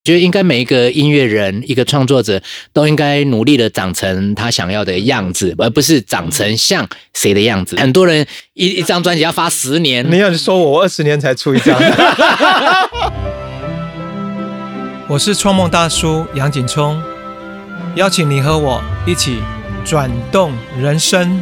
觉得应该每一个音乐人、一个创作者都应该努力的长成他想要的样子，而不是长成像谁的样子。很多人一张专辑要发10年， 你要说我20年才出一张。我是创梦大叔杨景聪，邀请你和我一起转动人生。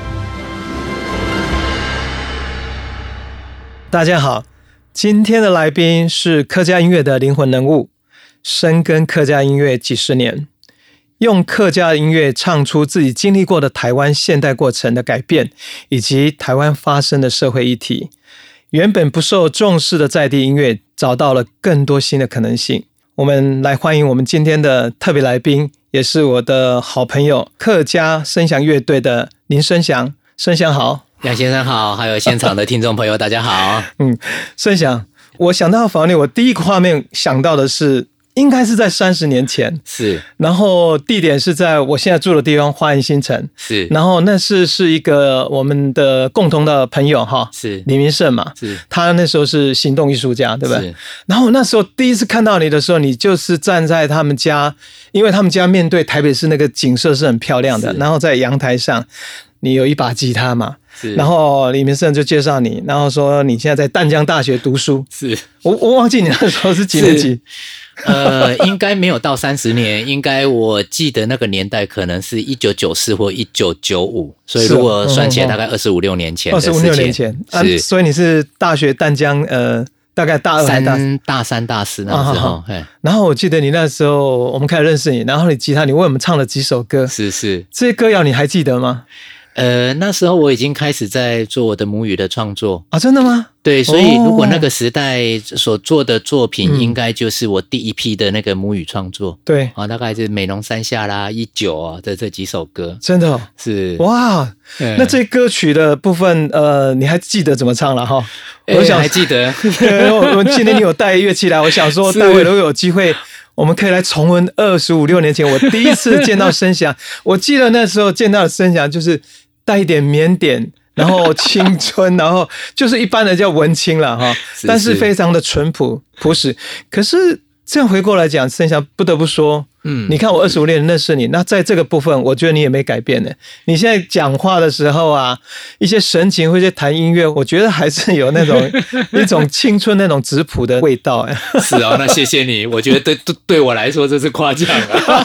大家好，今天的来宾是客家音乐的灵魂人物，深耕客家音乐几十年，用客家音乐唱出自己经历过的台湾现代过程的改变，以及台湾发生的社会议题。原本不受重视的在地音乐找到了更多新的可能性。我们来欢迎我们今天的特别来宾，也是我的好朋友客家声响乐队的林声响。声响好。 杨先生好，还有现场的听众朋友大家好。 声响，我想到房内，我第一个画面想到的是应该是在30年前， 是， 然后地点是在我现在住的地方花园新城， 是， 然后那是一个我们的共同的朋友哈， 是李明胜嘛， 是， 他那时候是行动艺术家，对不对？ 是。 然后那时候第一次看到你的时候，你就是站在他们家，因为他们家面对台北市那个景色是很漂亮的，然后在阳台上，你有一把吉他嘛，然后李明胜就介绍你，然后说你现在在淡江大学读书， 是， 我忘记你那时候是几年级。 应该没有到30年，应该我记得那个年代可能是1994或1995，所以如果算起来大概25、6年前的事情。25、6年前， 所以你是大学淡江大概大2还是大3、大4那时候。 然后我记得你那时候我们开始认识你，然后你吉他你为我们唱了几首歌， 是， 这些歌谣你还记得吗？ 那时候我已经开始在做我的母语的创作啊，真的吗？ 对，所以如果那个时代所做的作品，应该就是我第一批的那个母语创作。 对啊，大概是美浓山下啦、19啊这几首歌。 真的是哇，那这歌曲的部分，你还记得怎么唱了哈？ 我想还记得。 我今天你有带乐器来，我想说待会如果有机会，我们可以来重温25、6年前我第一次见到声响。我记得那时候见到的声响就是带一点腼腆，然后青春，然后就是一般的叫文青了哈，但是非常的淳朴朴实。可是这样回过来讲，声响不得不说，你看我25年认识你，那在这个部分，我觉得你也没改变呢。你现在讲话的时候啊，一些神情或一些弹音乐，我觉得还是有那种一种青春那种质朴的味道。 是啊，那谢谢你，我觉得对我来说这是夸奖啊。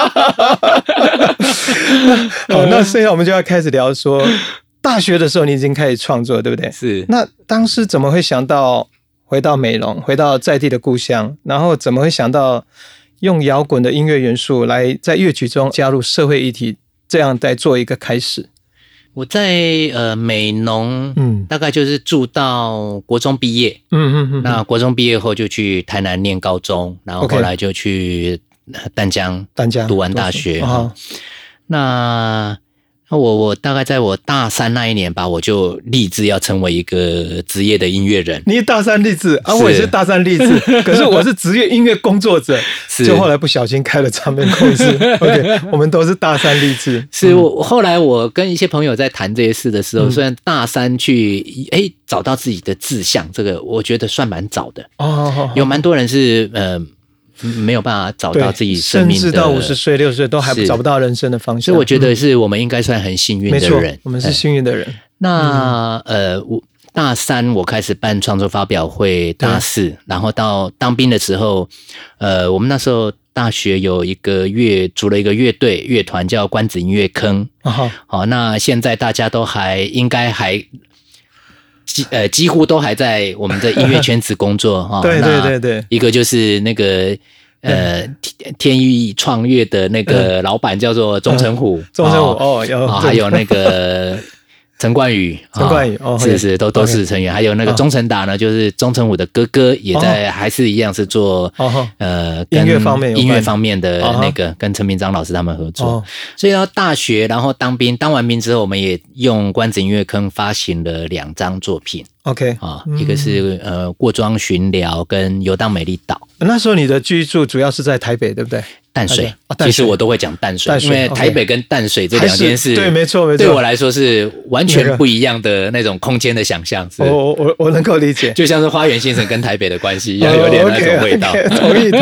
好，那现在我们就要开始聊说，大学的时候你已经开始创作，对不对？ 是。 那当时怎么会想到回到美浓，回到在地的故乡，然后怎么会想到用摇滚的音乐元素来在乐曲中加入社会议题，这样再做一个开始？ 我在美浓，大概就是住到国中毕业，那国中毕业后就去台南念高中，然后后来就去淡江读完大学。那我大概在我大3那一年吧，我就立志要成为一个职业的音乐人。你大3立志啊，我也是大3立志，可是我是职业音乐工作者，就后来不小心开了唱片公司。OK， 我们都是大3立志。 是我后来我跟一些朋友在谈这些事的时候，虽然大3去找到自己的志向，这个我觉得算蛮早的。有蛮多人是没有办法找到自己生命的， 甚至到50岁、60岁都还找不到人生的方向。 所以我觉得是我们应该算很幸运的人。 没错，我们是幸运的人。 那我大3我开始办创作发表会，大4然后到当兵的时候，我们那时候大学有一个组了一个乐队乐团叫关子音乐坑。好，那现在大家都应该还几乎都还在我们的音乐圈子工作哈。 对， 一个就是那个天域创乐的那个老板叫做钟成虎，还有那个陈冠宇，是都是成员，还有那个钟成达呢，就是钟成虎的哥哥，也在还是一样是做音乐方面的那个跟陈明章老师他们合作。所以到大学，然后当完兵之后，我们也用关子音乐坑发行了2张作品。 OK 一个是过庄巡寮跟游荡美丽岛。 那时候你的居住主要是在台北，对不对？ 淡水， 淡水其实我都会讲淡水，因为台北跟淡水这两件事， 对，没错， 对我来说是完全不一样的那种空间的想象。 我能够理解， 就像是花园新城跟台北的关系一样，有点那种味道。 同意。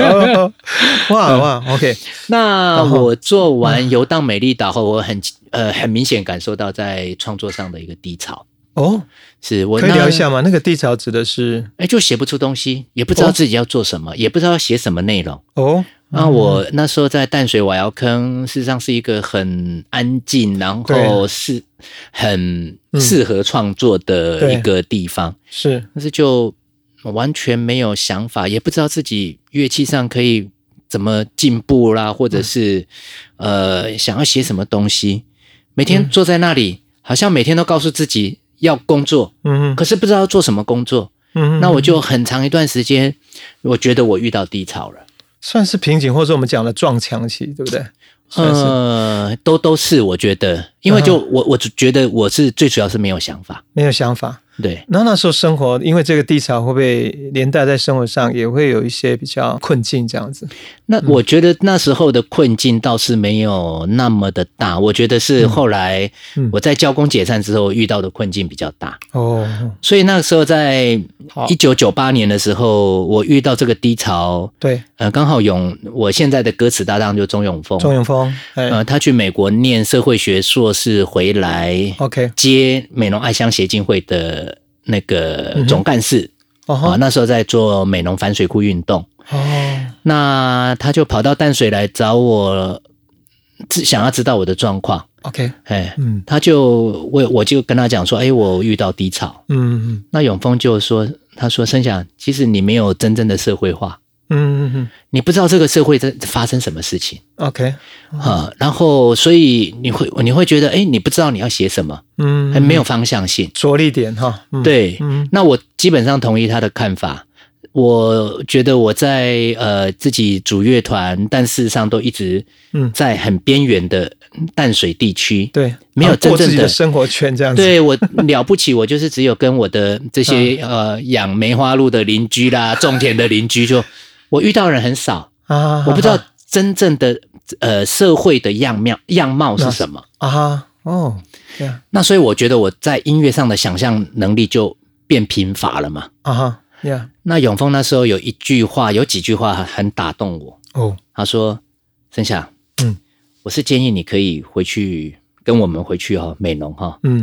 哇 ，OK。 那我做完游荡美丽岛后，我很明显感受到在创作上的一个低潮。是我可以聊一下吗？那个低潮指的是， 就写不出东西，也不知道自己要做什么，也不知道要写什么内容。那我那时候在淡水瓦窑坑，事实上是一个很安静，然后是很适合创作的一个地方。 是， 但是就完全没有想法，也不知道自己乐器上可以怎么进步啦，或者是想要写什么东西。每天坐在那里，好像每天都告诉自己要工作，可是不知道要做什么工作。那我就很长一段时间，我觉得我遇到低潮了。 算是瓶颈，或者我们讲的撞墙期，对不对？ 都是我觉得，因为我觉得我是最主要是没有想法，对。 那时候生活，因为这个低潮，会不会连带在生活上也会有一些比较困境这样子？ 那我觉得那时候的困境倒是没有那么的大，我觉得是后来我在交工解散之后遇到的困境比较大。所以那个时候在1998年的时候，我遇到这个低潮。 对， 刚好我现在的歌词搭档就钟永峰，他去美国念社会学硕士回来 ，OK， 接美浓爱乡协进会的那个总干事。那时候在做美浓反水库运动。那他就跑到淡水来找我，想要知道我的状况。 OK， 我就跟他讲说，我遇到低潮。那永峰就说，他说声响，其实你没有真正的社会化。你不知道这个社会在发生什么事情。 OK， 然后所以你会觉得，你不知道你要写什么，还没有方向性， 着力点哈。 对，那我基本上同意他的看法。我觉得我在自己组乐团，但事实上都一直在很边缘的淡水地区， 对， 没有真正过自己的生活圈这样子。 对，我了不起，我就是只有跟我的这些养梅花鹿的邻居啦，种田的邻居，就我遇到的人很少我不知道真正的社会的样貌是什么那所以我觉得我在音乐上的想象能力就变贫乏了嘛。那永峰那时候有几句话很打动我。他说：“声响，我是建议你可以回去跟我们回去美浓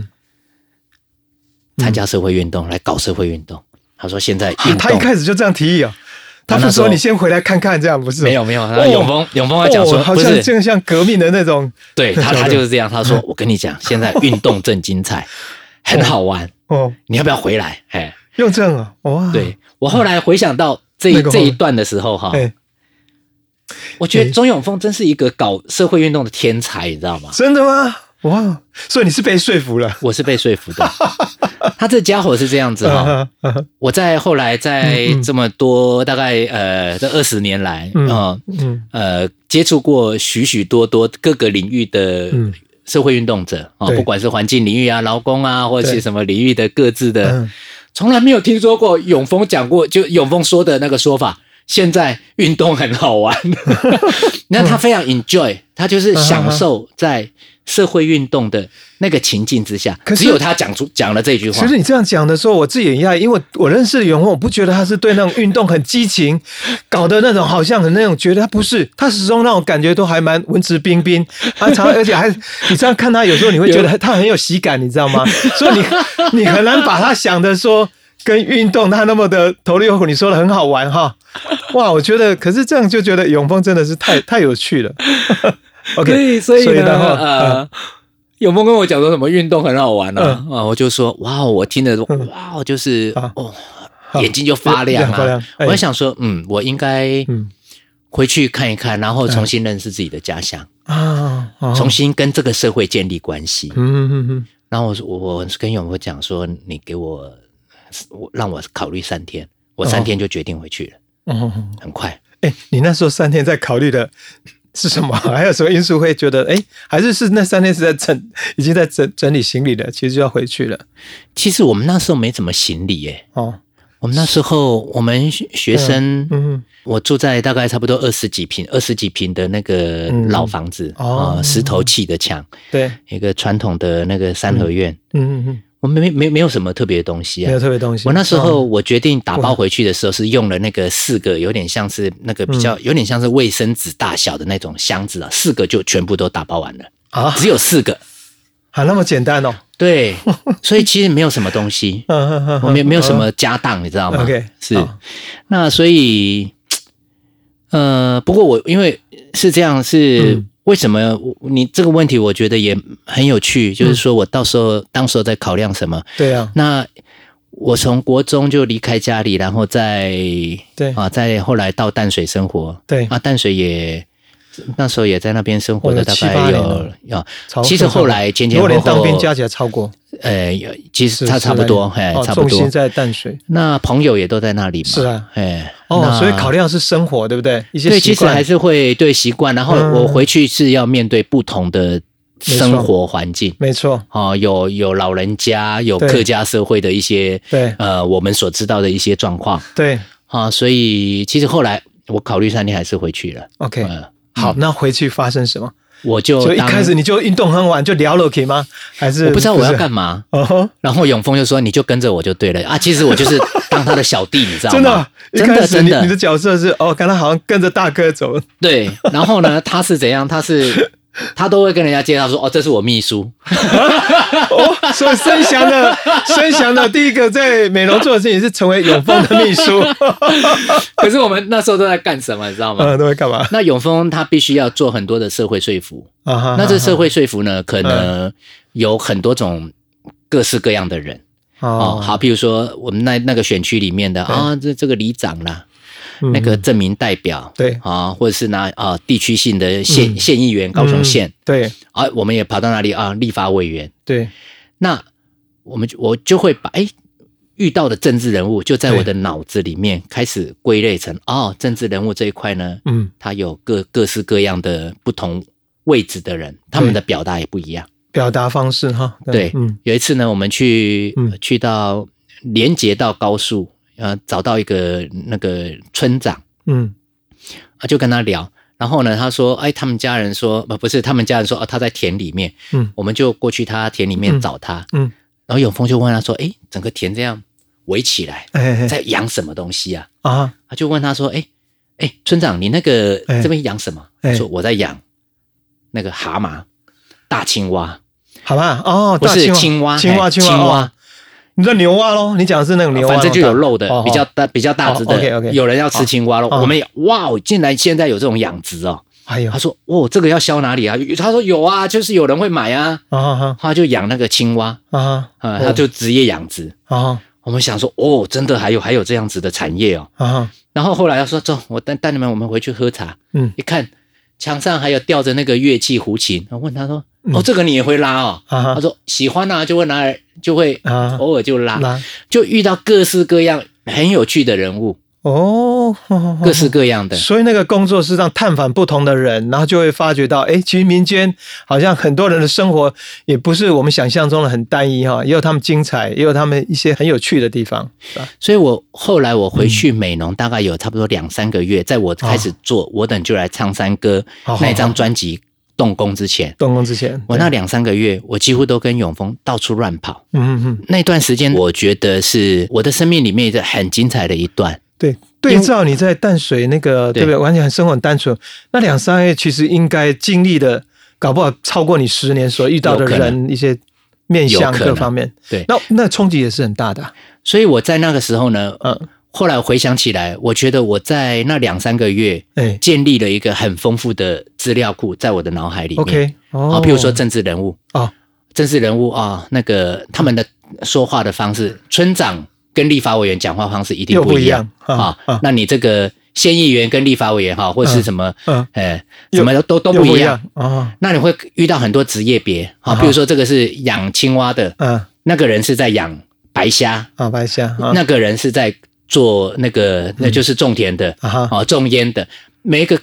参加社会运动，来搞社会运动。”他说：“现在运动。” 他一开始就这样提议他不说你先回来看看，这样不是？ 没有。永峰他讲说， 好像就像革命的那种。 对他就是这样。他说：“我跟你讲，现在运动正精彩，很好玩你要不要回来？” 用这样哇！ 对，我后来回想到这一段的时候我觉得钟永峰真是一个搞社会运动的天才，你知道吗？ 真的吗？哇！所以你是被说服了？ 我是被说服的。他这家伙是这样子我后来在这么多大概这20年来接触过许许多多各个领域的社会运动者不管是环境领域啊、劳工啊，或者是什么领域的各自的。从来没有听说过永峰讲过，就永峰说的那个说法。现在运动很好玩，那他非常 enjoy， 他就是享受在社会运动的那个情境之下。只有他讲了这句话。 其实你这样讲的时候，我自己也讶异，因为我认识的永峰，我不觉得他是对那种运动很激情，搞的那种好像很那种，觉得他不是，他始终让我感觉都还蛮文质彬彬，而且还你这样看他，有时候你会觉得他很有喜感，你知道吗？所以你很难把他想的说。跟运动他那么的投入有苦，你说的很好玩哇！我觉得，可是这样就觉得永峰真的是太有趣了。OK， 所以呢，永峰跟我讲说什么运动很好玩我就说哇，我听了哇，就是眼睛就发亮我想说我应该回去看一看，然后重新认识自己的家乡重新跟这个社会建立关系。然后我跟永峰讲说，你给我。让我考虑3天，我3天就决定回去了，很快。 你那时候3天在考虑的是什么？还有什么因素会觉得还是那3天是已经在整理行李了，其实就要回去了。 其实我们那时候没怎么行李耶。我们那时候我们学生，我住在大概差不多20几坪的那个老房子，石头砌的墙，对，一个传统的那个三合院。我们没有什么特别的东西啊， 没有特别东西。 我那时候我决定打包回去的时候，是用了那个4个，有点像是那个有点像是卫生纸大小的那种箱子啊，4个就全部都打包完了啊，只有4个。 那么简单哦？ 对，所以其实没有什么东西，我没有什么家当，你知道吗？ OK， 是，那所以，不过我因为是这样，是为什么你这个问题，我觉得也很有趣，就是说我当时候在考量什么？对啊，那我从国中就离开家里，然后再后来到淡水生活，对啊，淡水那时候也在那边生活的大概有，其实后来前后后，如果连当兵加起来超过，其实差不多，差不多。重心在淡水，那朋友也都在那里嘛，是啊，所以考量是生活，对不对？一些习惯，对，其实还是会对习惯，然后我回去是要面对不同的生活环境，没错，有老人家，有客家社会的一些，对，我们所知道的一些状况，对，所以其实后来我考虑3天还是回去了。OK。好，那回去发生什么？我就一开始你就运动很晚就聊了可以吗？还是我不知道我要干嘛。然后永丰就说你就跟着我就对了啊。其实我就是当他的小弟，你知道吗？真的，真的，你的角色是刚才好像跟着大哥走。对，然后呢，他是怎样？他都会跟人家介绍说，这是我秘书。所以申翔的第一个在美容做的事情是成为永丰的秘书。可是我们那时候都在干什么，你知道吗？都在干嘛？那永丰他必须要做很多的社会说服。那这社会说服呢，可能有很多种各式各样的人。好，比如说我们那个选区里面的这个里长啦。那个证明代表，对啊，或者是拿地区性的县议员，高雄县，对啊，我们也跑到那里立法委员，对，那我就会把遇到的政治人物就在我的脑子里面开始归类成政治人物这一块呢，他有各式各样的不同位置的人，他们的表达也不一样，表达方式哈，对，有一次呢，我们去到连结到高速。找到一个那个村长，就跟他聊，然后呢，他说，他们家人说，不是，他们家人说，他在田里面，我们就过去他田里面找他，然后永丰就问他说，整个田这样围起来，在养什么东西啊？他就问他说，村长，你那个这边养什么？说我在养那个蛤蟆、大青蛙，好吧？不是青蛙。你知道牛蛙咯？你讲的是那种牛蛙，反正就有肉的，比较大只的。Okay. 有人要吃青蛙咯。我们竟然现在有这种养殖哦。他说这个要销哪里啊？他说有啊，就是有人会买啊。他就养那个青蛙他就职业养殖我们想说真的还有这样子的产业哦。然后后来他说走，我带你们，我们回去喝茶。一看墙上还有吊着那个乐器胡琴，我问他说这个你也会拉哦？他说喜欢啊，就会拿来，就会偶尔就拉，就遇到各式各样很有趣的人物各式各样的。所以那个工作是让探访不同的人，然后就会发觉到其实民间好像很多人的生活也不是我们想象中的很单一也有他们精彩，也有他们一些很有趣的地方。所以我后来回去美浓大概有差不多2-3个月，在我开始做我等就来唱山歌那张专辑动工之前，我那2-3个月，我几乎都跟永丰到处乱跑。那段时间，我觉得是我的生命里面一个很精彩的一段。对照你在淡水那个，对不对？完全生活很单纯。那2-3个月其实应该经历的，搞不好超过你10年所遇到的人一些面向各方面。对，那冲击也是很大的。所以我在那个时候呢，后来回想起来，我觉得我在那2-3个月建立了一个很丰富的资料库在我的脑海里面。譬如说政治人物那个他们的说话的方式，村长跟立法委员讲话方式一定不一样那你这个县议员跟立法委员或是什么什么都不一样那你会遇到很多职业别譬如说这个是养青蛙的那个人是在养白虾那个人是在做那就是种田的种烟的，每一个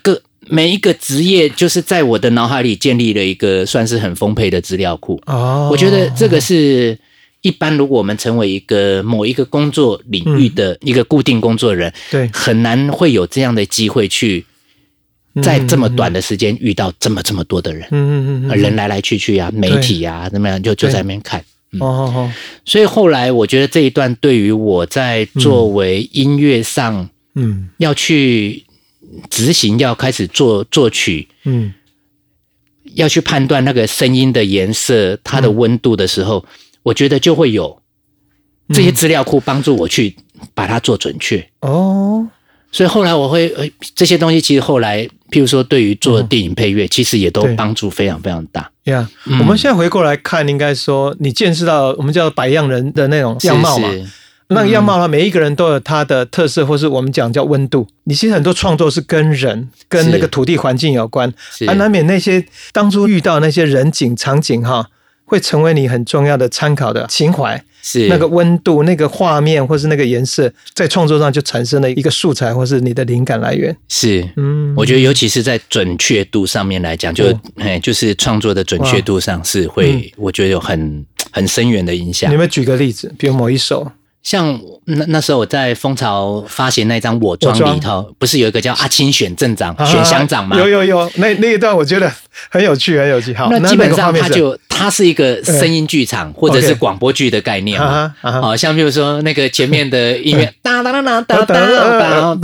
每一个职业就是在我的脑海里建立了一个算是很丰沛的资料库。我觉得这个是一般如果我们成为某一个工作领域的一个固定工作人， 对， 很难会有这样的机会去在这么短的时间遇到这么多的人，人来来去去啊，媒体啊，怎么样就在那边看。所以后来我觉得这一段对于我在作为音乐上，要去执行，要开始作曲，要去判断那个声音的颜色、它的温度的时候。我觉得就会有这些资料库帮助我去把它做准确。所以后来我会这些东西，其实后来譬如说对于做电影配乐，其实也都帮助非常非常大。 我们现在回过来看，应该说你见识到我们叫百样人的那种样貌嘛。那个样貌呢，每一个人都有他的特色，或是我们讲叫温度。你其实很多创作是跟人、跟那个土地环境有关，难免那些当初遇到那些人景、场景哈。会成为你很重要的参考的情怀，是那个温度、那个画面，或是那个颜色，在创作上就产生了一个素材，或是你的灵感来源。 是，我觉得尤其是在准确度上面来讲，就是创作的准确度上是会，我觉得有很深远的影响。 你有没有举个例子？比如某一首？ 像那时候我在蜂巢发行那张《我庄》里头，不是有一个叫阿青选镇长、选乡长吗？ 有，那一段我觉得很有趣。好， 那基本上它是一个声音剧场或者是广播剧的概念嘛。好像比如说那个前面的音乐，哒哒哒哒哒哒哒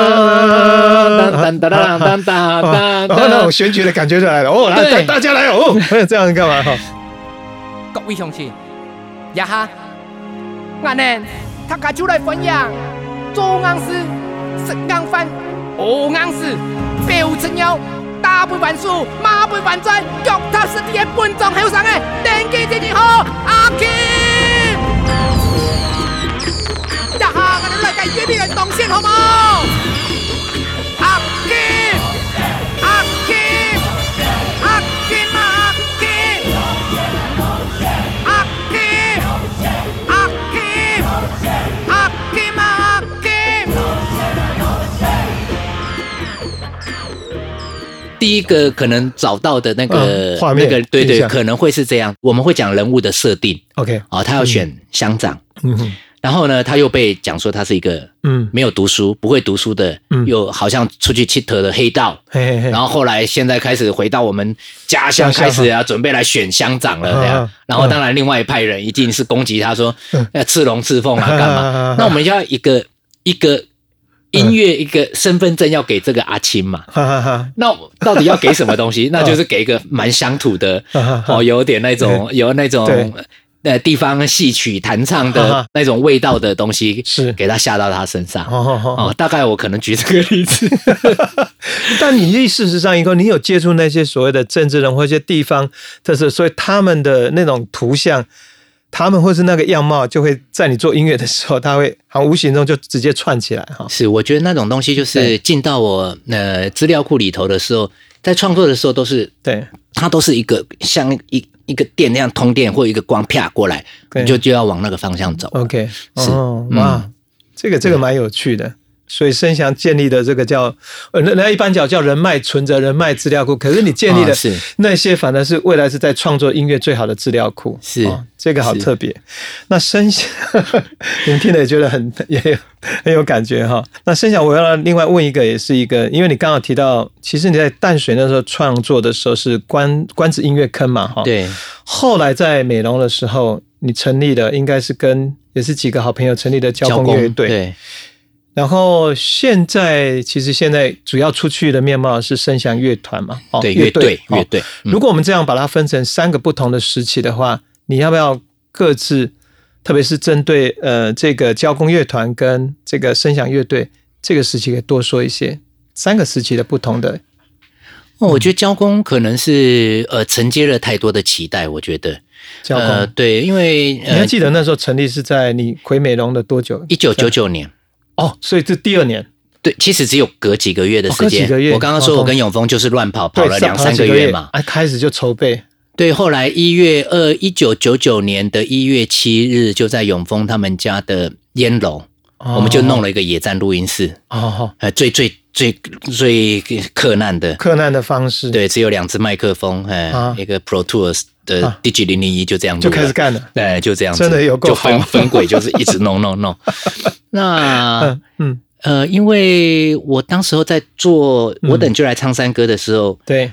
哒哒， 那种选举的感觉就来了。来大家来这样干嘛？ 各位乡亲，呀哈。我呢，他家就来分享，做硬事，食硬饭，学硬事，表成妖，大杯饭数，马杯饭菜，脚踏实地的本庄后生的，电机天气好，阿 Kim， 呀哈，我哋来介约啲人动线好冇？阿 Kim， 阿 Kim， 阿 Kim 啊，阿 Kim， 阿 Kim， 阿 Kim。阿 Kim 啊，阿 Kim。 第一个可能找到的那个画面， 对，可能会是这样。我们会讲人物的设定 ，OK， 他要选乡长，然后呢，他又被讲说他是一个没有读书、不会读书的，又好像出去乞讨的黑道，然后后来现在开始回到我们家乡，开始准备来选乡长了这样。然后当然另外一派人一定是攻击他说要刺龙刺凤啊干嘛？那我们要一个音乐一个身份证要给这个阿青嘛？那到底要给什么东西？那就是给一个蛮乡土的有点那种地方戏曲弹唱的那种味道的东西，是给他下到他身上。大概我可能举这个例子。 但你事实上，你有接触那些所谓的政治人或一些地方特色，所以他们的那种图像，他们或是那个样貌，就会在你做音乐的时候，他会好像无形中就直接串起来。 是，我觉得那种东西就是进到我资料库里头的时候，在创作的时候都是对，它都是一个像一个电那样通电，或一个光啪过来，就要往那个方向走。 OK， 是哇，这个蛮有趣的。所以声翔建立的这个叫人家一般叫人脉存折、人脉资料库，可是你建立的那些反而是未来是在创作音乐最好的资料库。 是这个好特别。那声翔，你们听了也觉得很有感觉哈。那声翔，我要另外问一个，也是一个，因为你刚好提到，其实你在淡水那时候创作的时候是关子音乐坑嘛哈。对。后来在美浓的时候，你成立了，应该是也是几个好朋友成立的交工乐队。对。然后现在主要出去的面貌是声翔乐团嘛？ 对，乐队。 如果我们这样把它分成3个不同的时期的话，你要不要各自，特别是针对这个交工乐团跟这个声翔乐队这个时期，可以多说一些3个时期的不同的？ 我觉得交工可能是承接了太多的期待，我觉得。交工对，因为你还记得那时候成立是在你回美浓的多久 ？1999年。 所以这第2年， 对，其实只有隔几个月的时间。我刚刚说我跟永丰就是乱跑了2-3个月嘛， 开始就筹备。 对，后来1999年的1月7日，就在永丰他们家的烟楼，我们就弄了一个野战录音室。 最克难的方式， 对，只有2只麦克风，一个 Pro Tools 的 DG001 就这样就开始干了， 对，就这样子， 真的有够好， 就分轨就是一直弄。那因为我当时候在做我等就来唱山歌的时候， 对，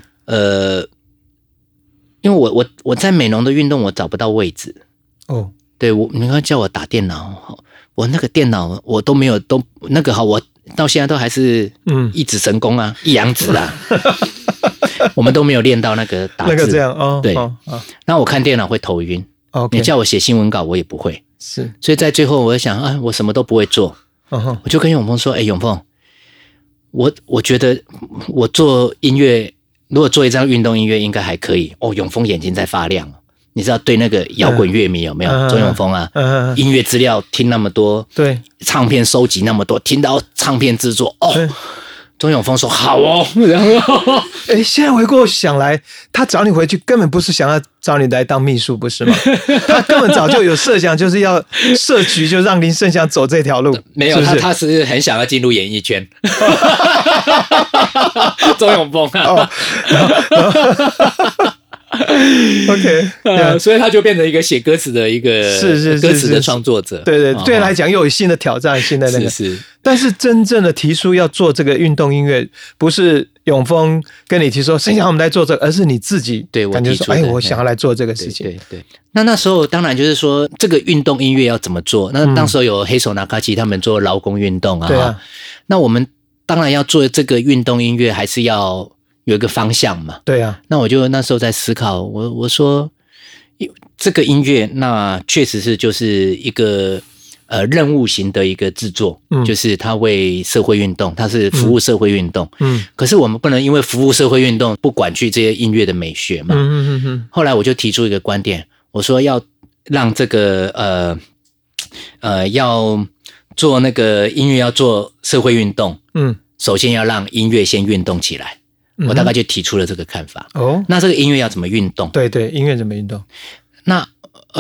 因为我在美浓的运动我找不到位置哦， 对你刚叫我打电脑，我那个电脑我都没有都那个好，我到现在都还是一指神功啊，一阳指啊，我们都没有练到那个打字， 那个这样哦， 对，那我看电脑会头晕，你叫我写新闻稿我也不会， 是， 所以在最后我就想啊，我什么都不会做，我就跟永丰说，永丰，我觉得我做音乐，如果做一张运动音乐应该还可以。永丰眼睛在发亮，你知道对那个摇滚乐迷有没有？周永丰啊，音乐资料听那么多， 对， 唱片收集那么多，听到唱片制作周永丰说好哦，然后现在回过想来，他找你回去根本不是想要找你来当秘书，不是吗？他根本早就有设想，就是要设局，就让林盛祥走这条路。 没有，他是很想要进入演艺圈。周永丰啊。 OK， 所以他就变成一个写歌词的一个歌词的创作者。 对，对来讲又有新的挑战，新的那个是。 但是真正的提出要做这个运动音乐，不是永丰跟你提说，盛祥我们来做这个，而是你自己感觉说，我想要来做这个事情。 对。那时候当然就是说，这个运动音乐要怎么做？那当时候有黑手纳卡奇他们做劳工运动啊。 对啊。 那我们当然要做这个运动音乐，还是要有一个方向嘛。 对啊。 那我就那时候在思考，我说这个音乐，那确实是就是一个任务型的一个制作，就是它为社会运动，它是服务社会运动。可是我们不能因为服务社会运动不管去这些音乐的美学嘛。后来我就提出一个观点，我说要让这个要做那个音乐要做社会运动，首先要让音乐先运动起来。我大概就提出了这个看法。那这个音乐要怎么运动？ 对，音乐怎么运动？ 那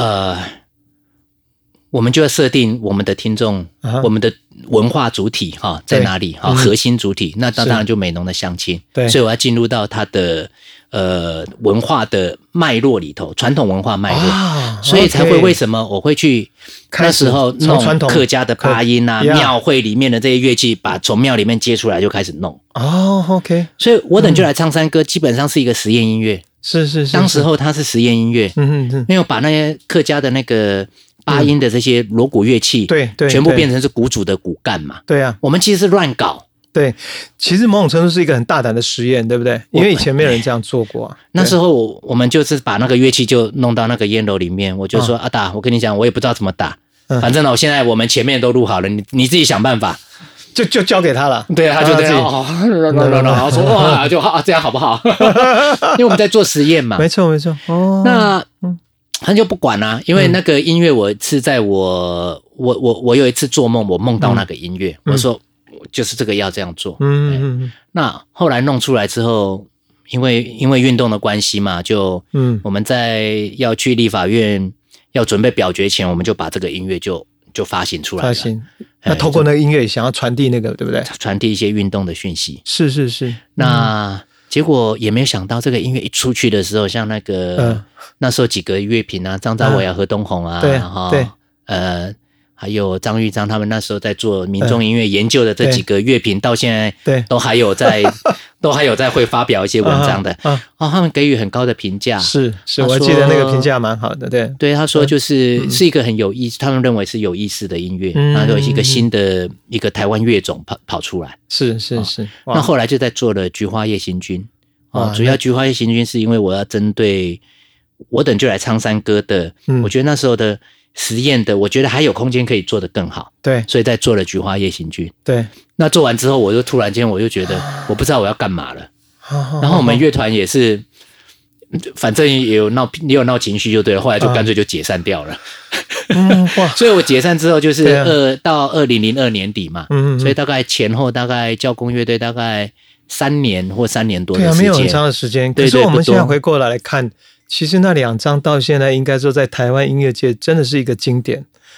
我们就要设定我们的听众，我们的文化主体在哪里？核心主体，那当然就美浓的乡亲。对，所以我要进入到它的文化的脉络里头，传统文化脉络，所以才会为什么我会去那时候弄客家的八音啊，庙会里面的这些乐器，把从庙里面接出来就开始弄。 OK， 所以我等就来唱山歌，基本上是一个实验音乐。 是， 当时候它是实验音乐，没有把那些客家的那个八音的这些锣鼓乐器， 对， 全部变成是鼓组的骨干嘛。 对啊， 我们其实是乱搞。 对，其实某种程度是一个很大胆的实验，对不对？因为以前没有人这样做过啊。 那时候我们就是把那个乐器就弄到那个烟楼里面，我就说阿达，我跟你讲，我也不知道怎么打，反正我现在我们前面都录好了，你自己想办法。 就交给他了， 对，他就这样，说哇，就这样好不好？因为我们在做实验嘛， 没错。 那他就不管啦，因为那个音乐，我是在我有一次做梦，我梦到那个音乐，我说就是这个要这样做。那后来弄出来之后，因为运动的关系嘛，就我们在要去立法院要准备表决前，我们就把这个音乐就发行出来了。 那透过那个音乐想要传递那个，对不对？ 传递一些运动的讯息。 是。 那结果也没有想到，这个音乐一出去的时候，像那个那时候几个乐评啊，张兆伟啊、何东红啊， 对， 还有张玉章他们那时候在做民众音乐研究的这几个乐评，到现在都还有在会发表一些文章的。他们给予很高的评价。是， 我记得那个评价蛮好的。 对，他说就是一个很有意思，他们认为是有意思的音乐，然后有一个新的一个台湾乐种跑出来。 是。 那后来就在做了菊花夜行军。主要菊花夜行军是因为我要针对我等就来唱山歌的，我觉得那时候的实验的，我觉得还有空间可以做得更好。对，所以在做了菊花夜行军。对，那做完之后，我就突然间我就觉得我不知道我要干嘛了。然后我们乐团也是，反正也有闹情绪就对了，后来就干脆就解散掉了。所以我解散之后就是到2002年底嘛，所以大概前后大概教工乐队大概3年或3年多的时间。 对啊，没有很长的时间。可是我们现在回过来看，其实那2张到现在应该说在台湾音乐界真的是一个经典，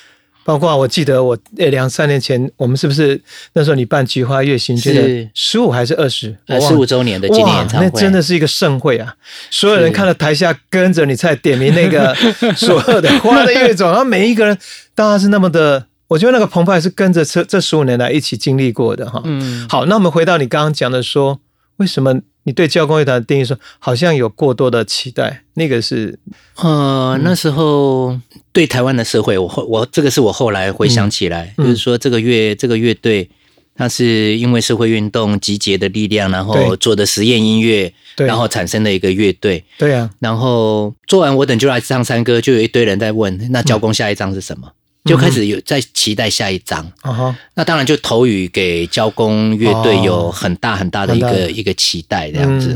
包括我记得我2-3年前，我们是不是那时候你办菊花夜行军的15还是20 ？15周年的纪念演唱会， 那真的是一个盛会啊！所有人看到台下跟着你在点名那个所有的花的乐种，然后每一个人当然是那么的，我觉得那个澎湃是跟着这15年来一起经历过的哈。好，那我们回到你刚刚讲的说，为什么你对交工乐团的定义说好像有过多的期待？那个是那时候对台湾的社会，我这个是我后来回想起来，就是说这个乐队它是因为社会运动集结的力量，然后做的实验音乐，然后产生的一个乐队。 对啊， 然后做完我等就来唱山歌，就有一堆人在问，那交工下一张是什么？就开始有在期待下一张。那当然就投予给交工乐队有很大很大的一个期待这样子。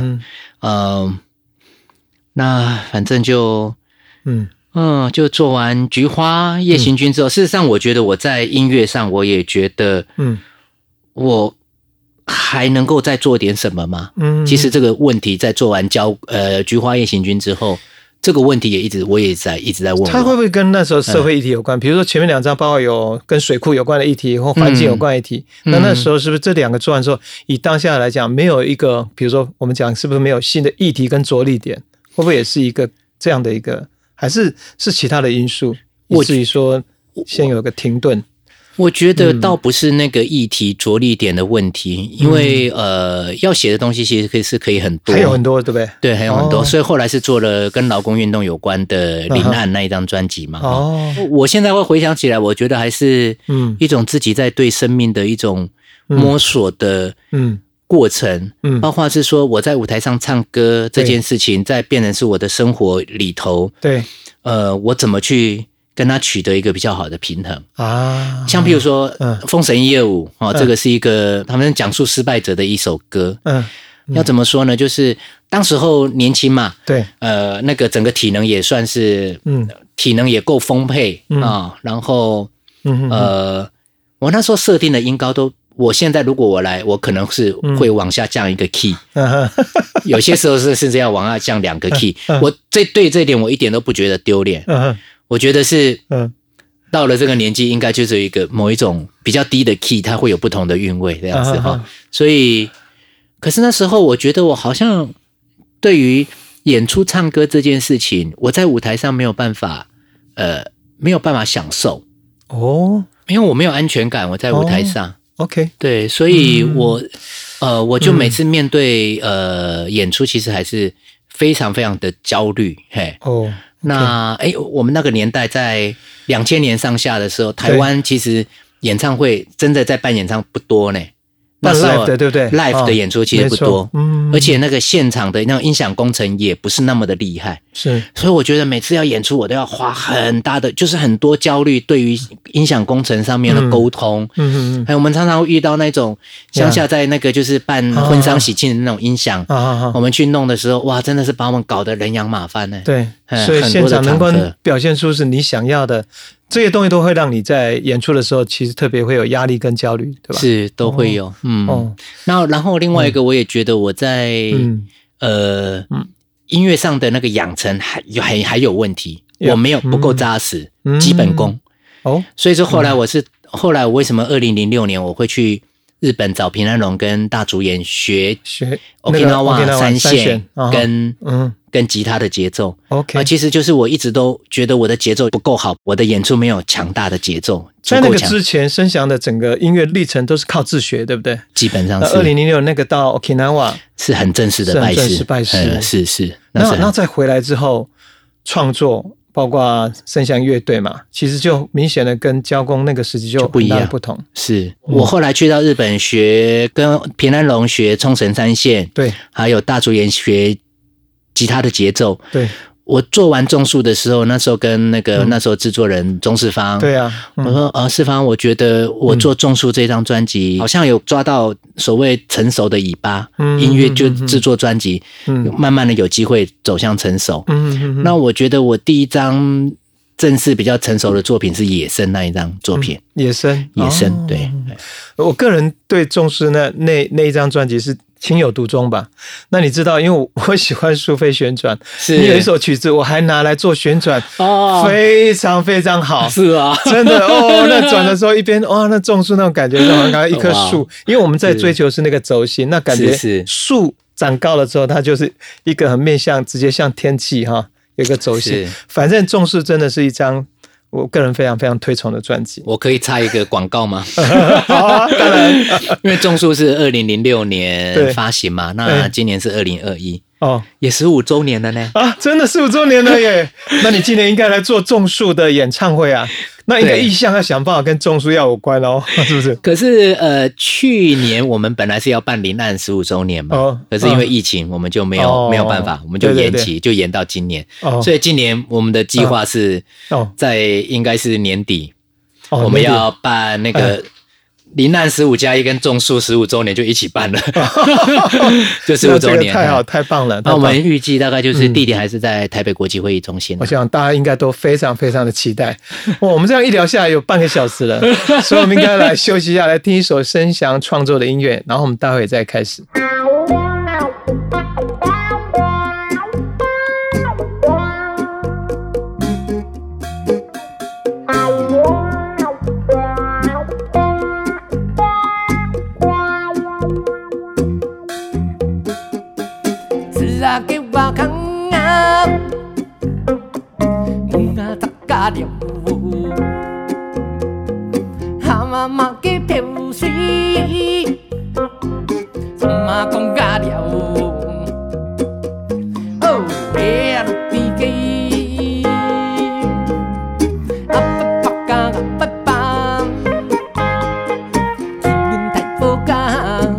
那反正就就做完菊花夜行军之后，事实上我觉得我在音乐上我也觉得我还能够再做点什么吗？其实这个问题在做完菊花夜行军之后，这个问题也一直在问我。它会不会跟那时候社会议题有关？比如说前面2张包括有跟水库有关的议题或环境有关的议题，那时候是不是这2个做完之后，以当下来讲没有一个，比如说我们讲是不是没有新的议题跟着力点？会不会也是一个这样的一个，还是其他的因素，以至于说先有个停顿？ 我觉得倒不是那个议题着力点的问题，因为要写的东西其实可以很多， 还有很多，对不对？ 对，还有很多，所以后来是做了跟劳工运动有关的林案那一张专辑嘛。我现在会回想起来，我觉得还是一种自己在对生命的一种摸索的过程，包括是说我在舞台上唱歌这件事情，在变成是我的生活里头， 对， 我怎么去跟他取得一个比较好的平衡啊？像譬如说《封神125》这个是一个他们讲述失败者的一首歌。要怎么说呢？就是当时候年轻嘛， 对， 那个整个体能也算是，体能也够丰沛啊。然后，我那时候设定的音高都。我现在如果我可能是会往下降一个 key，有些时候是甚至要往下降2个 key。我对这一点我一点都不觉得丢脸。我觉得是到了这个年纪，应该就是一个某一种比较低的 key， 它会有不同的韵味这样子哈。所以，可是那时候我觉得我好像对于演出唱歌这件事情，我在舞台上没有办法享受因为我没有安全感，我在舞台上。 OK， 对，所以我就每次面对演出，其实还是非常非常的焦虑。那我们那个年代在2000年上下的时候，台湾其实演唱会真的在办演唱不多呢。 那时候 live 的对不对 ？live 的演出其实不多，而且那个现场的那种音响工程也不是那么的厉害， 是， 所以我觉得每次要演出，我都要花很大的，就是很多焦虑对于音响工程上面的沟通，还有我们常常会遇到那种乡下在那个就是办婚丧喜庆的那种音响，我们去弄的时候，哇，真的是把我们搞得人仰马翻呢。 对，所以现场能够表现出是你想要的。这些东西都会让你在演出的时候，其实特别会有压力跟焦虑，对吧？ 是，都会有。然后另外一个，我也觉得我在音乐上的那个养成还有问题，我没有不够扎实，基本功。所以说后来我为什么2006年我会去日本找平安龙跟大竹研学 Okinawa 三线跟吉他的节奏。其实就是我一直都觉得我的节奏不够好，我的演出没有强大的节奏。 在那个之前，声翔的整个音乐历程都是靠自学，对不对？ 基本上是。 2006那个到 Okinawa 是很正式的拜师，是。 那再回来之后创作，包括声翔乐队嘛，其实就明显的跟交工那个时期就不一样，不同。 是我后来去到日本学，跟平安龙学冲绳三线， 对，还有大竹研学吉他的节奏。 对， 我做完种树的时候，那时候跟那时候制作人钟世芳， 对啊， 我说世芳，我觉得我做种树这张专辑，好像有抓到所谓成熟的尾巴，音乐就制作专辑，慢慢的有机会走向成熟。那我觉得我第一张正式比较成熟的作品是《野生》那一张作品， 野生， 对。 我个人对种树那一张专辑是情有独钟吧。那你知道，因为我喜欢苏菲旋转， 是你有一首曲子我还拿来做旋转，非常非常好， 是啊， 真的哦。那转的时候一边那种树那种感觉，就好像刚刚一棵树，因为我们在追求是那个轴心，那感觉树长高了之后，它就是一个很面向直接像天际哈，有一个轴心。反正种树真的是一张我个人非常非常推崇的专辑。 我可以插一个广告吗？ 好啊，当然， 因为种树是2006年发行嘛，那今年是2021。也15周年了呢。 真的15周年了耶！那你今年应该来做种树的演唱会啊？那应该意向要想办法跟种树要有关哦，是不是？ 可是去年我们本来是要办林岸15周年嘛，可是因为疫情，我们就没有办法，我们就延期，就延到今年。所以今年我们的计划是在应该是年底，我们要办那个林岸15+1跟种树15周年就一起办了，就15周年， 太好，太棒了。 那我们预计大概就是地点还是在台北国际会议中心。 我想大家应该都非常非常的期待。我们这样一聊下来有半个小时了，所以我们应该来休息一下，来听一首申翔创作的音乐，然后我们待会再开始。 给我看啊，木啊大家了，蛤蟆嘛给漂水，什么讲家了？哦，哎呀，你给啊爸爸干啊爸爸，天云太不干，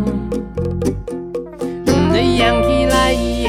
那样起来。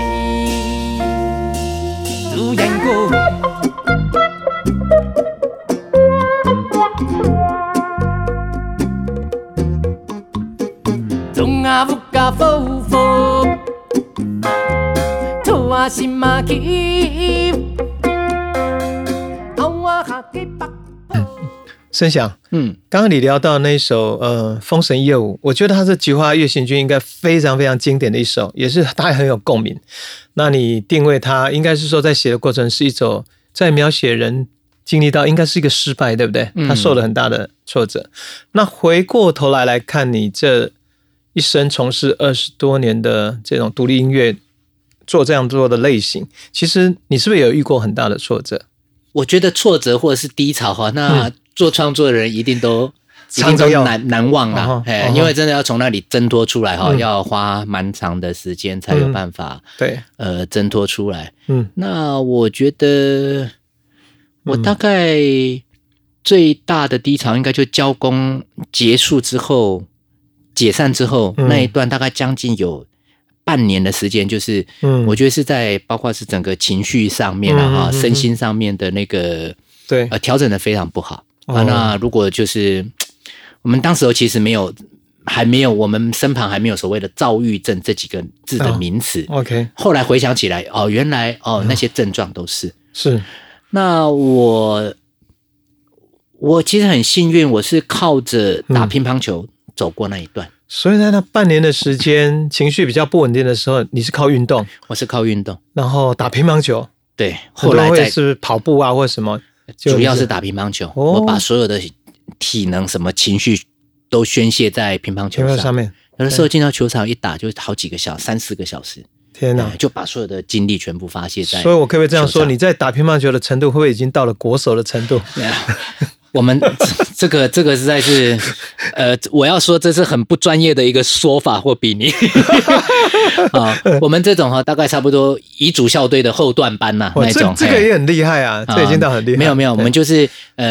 申翔，刚刚你聊到那首封神夜舞，我觉得它是菊花夜行军应该非常非常经典的一首，也是它很有共鸣。那你定位它，应该是说在写的过程是一首在描写人经历到应该是一个失败，对不对？他受了很大的挫折。那回过头来看你这一生从事20多年的这种独立音乐，做这样做的类型，其实你是不是有遇过很大的挫折？ 我觉得挫折或者是低潮哈，那做创作的人一定都难忘啦，因为真的要从那里挣脱出来哈，要花蛮长的时间才有办法挣脱出来。那我觉得我大概最大的低潮应该就交工结束之后解散之后那一段，大概将近有半年的时间，就是我觉得是在包括是整个情绪上面啊，身心上面的那个调整的非常不好。那如果就是我们当时其实还没有我们身旁还没有所谓的躁郁症这几个字的名词。 OK， 后来回想起来，原来那些症状都是。那我其实很幸运，我是靠着打乒乓球走过那一段。 所以在那半年的时间，情绪比较不稳定的时候，你是靠运动？ 我是靠运动， 然后打乒乓球。 对，后来是跑步啊，或者什么？ 主要是打乒乓球，我把所有的体能、什么情绪都宣泄在乒乓球上面。有的时候进到球场一打就好几个小时，3-4个小时。 天哪！ 就把所有的精力全部发泄在。 所以我可不可以这样说，你在打乒乓球的程度，会不会已经到了国手的程度？ 我们这个实在是，我要说这是很不专业的一个说法或比拟。我们这种大概差不多乙组校队的后段班呐，那种。 这个也很厉害啊，这已经到很厉害。 没有，我们就是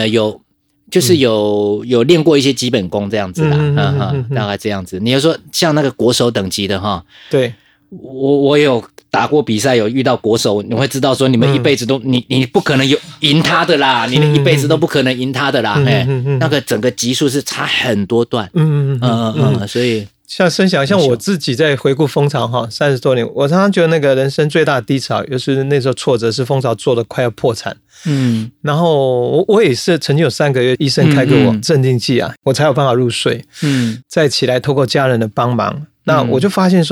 有练过一些基本功这样子啦，大概这样子。你要说像那个国手等级的哈， 对， 我有打过比赛，有遇到国手，你会知道说你们一辈子都你不可能有赢他的啦，你一辈子都不可能赢他的啦，那个整个级数是差很多段，所以像申翔，像我自己在回顾蜂巢30多年，我常常觉得那个人生最大的低潮，就是那时候挫折是蜂巢做的快要破产，然后我也是曾经有3个月医生开给我镇定剂啊，我才有办法入睡，再起来透过家人的帮忙，那我就发现说，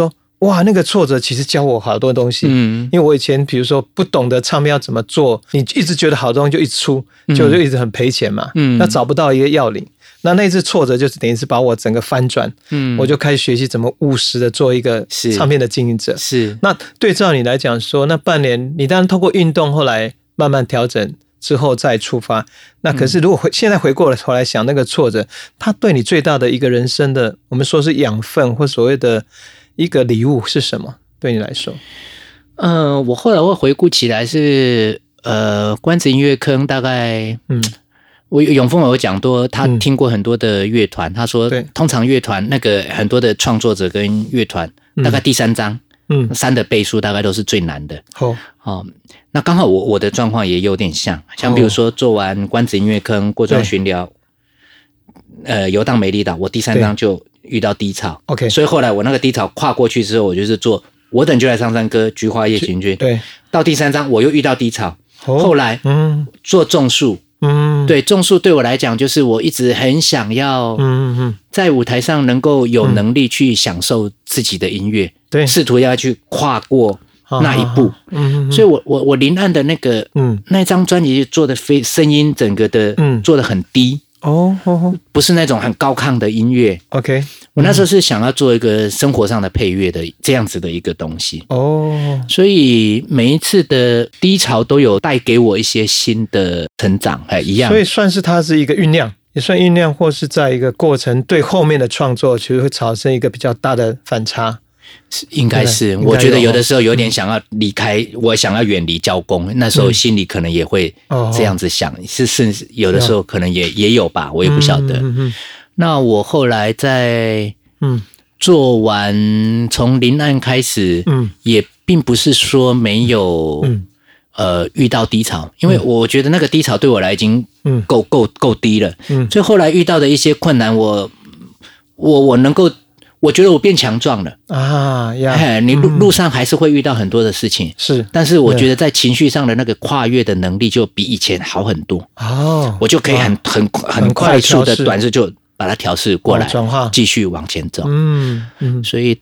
哇，那个挫折其实教我好多东西。因为我以前比如说不懂得唱片要怎么做，你一直觉得好东西就一直出，就一直很赔钱嘛。那找不到一个要领。那次挫折就是等于是把我整个翻转。我就开始学习怎么务实的做一个唱片的经营者。 是。 那对照你来讲说，那半年你当然透过运动，后来慢慢调整之后再出发。那可是如果现在回过头来想那个挫折，它对你最大的一个人生的，我们说是养分或所谓的一个礼物是什么？对你来说？ 我后来会回顾起来是关子音乐坑大概我永丰有讲多，他听过很多的乐团，他说通常乐团那个很多的创作者跟乐团，大概第3章3的倍数大概都是最难的。那刚好我的状况也有点像比如说做完关子音乐坑、过庄巡寮、游荡美丽岛，我第3章就遇到低潮。OK， 所以后来我那个低潮跨过去之后，我就是做我等就来唱山歌、菊花夜行军。对，到第3章我又遇到低潮，后来做种树。对，种树对我来讲，就是我一直很想要在舞台上能够有能力去享受自己的音乐，试图要去跨过那一步。所以我林岸的那一张专辑做的声音整个的做的很低。不是那种很高亢的音乐。OK， 我那时候是想要做一个生活上的配乐的这样子的一个东西。所以每一次的低潮都有带给我一些新的成长，一样。 所以算是它是一个酝酿，也算酝酿，或是在一个过程对后面的创作其实会产生一个比较大的反差。 应该是，我觉得有的时候有点想要离开，我想要远离交工，那时候心里可能也会这样子想，甚至有的时候可能也有吧，我也不晓得。那我后来在做完从临岸开始，也并不是说没有遇到低潮，因为我觉得那个低潮对我来已经够低了，所以后来遇到的一些困难，我能够。我觉得我变强壮了你路上还是会遇到很多的事情，是，但是我觉得在情绪上的那个跨越的能力就比以前好很多。我就可以很快速的短时就把它调试过来，转化，继续往前走。所以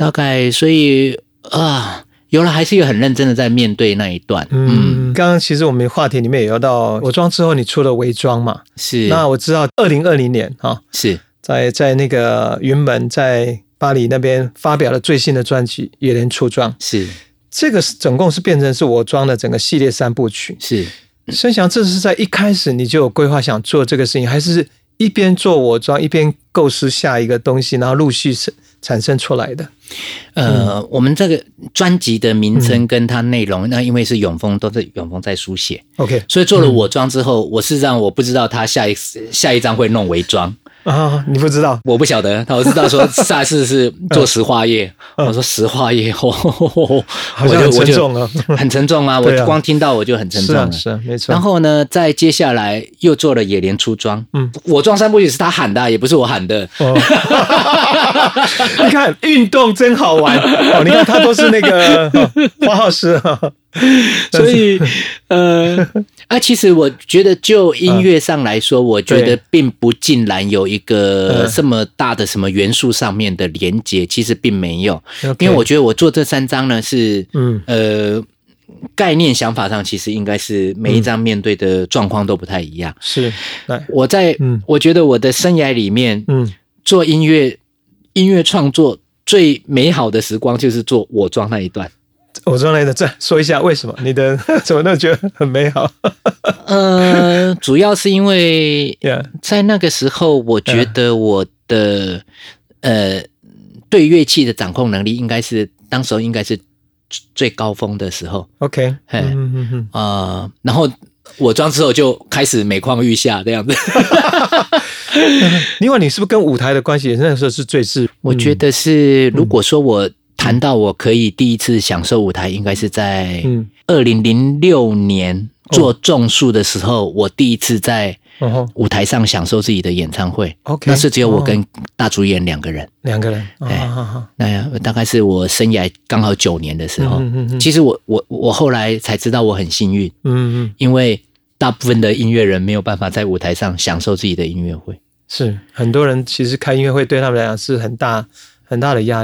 有了还是有很认真的在面对那一段。 刚刚其实我们话题里面也有到我装之后，你出了伪装嘛？是。那我知道2020年是在那个云门在巴黎那边发表了最新的专辑《野莲出装》，是这个总共是变成是我装的整个系列3部曲。是，申翔，这是在一开始你就有规划想做这个事情，还是一边做我装一边构思下一个东西，然后陆续产生出来的？ 我们这个专辑的名称跟它内容，那因为是永丰，都是永丰在书写。OK， 所以做了我装之后，我事实上我不知道他下一张会弄伪装。 你不知道？ 我不晓得，我知道说下次是做石化业。我说石化业， 好像很沉重啊， 很沉重啊！我光听到我就很沉重了。 是没错。 然后呢，再接下来又做了野莲出装。我装3部曲是他喊的，也不是我喊的。 你看运动真好玩你看他都是那个花号师所以其实我觉得就音乐上来说，我觉得并不尽然有一个这么大的什么元素上面的连结，其实并没有。因为我觉得我做这3张呢是概念想法上其实应该是每一张面对的状况都不太一样。是，我觉得我的生涯里面做音乐创作最美好的时光就是做我装那一段。 我装那一段，再说一下为什么你的怎么都觉得很美好？ 主要是因为在那个时候，我觉得我的对乐器的掌控能力当时候应该是最高峰的时候。OK， 然后我装之后就开始每况愈下这样子。 另外，你是不是跟舞台的关系那个时候是最我觉得是，如果说我谈到我可以第一次享受舞台，应该是在2006年做种树的时候，我第一次在舞台上享受自己的演唱会。那是只有我跟大主演2个人。那大概是我生涯刚好9年的时候。其实我后来才知道我很幸运。因为大部分的音乐人没有办法在舞台上享受自己的音乐会。 是，很多人其实开音乐会对他们来讲是很大的压力啊。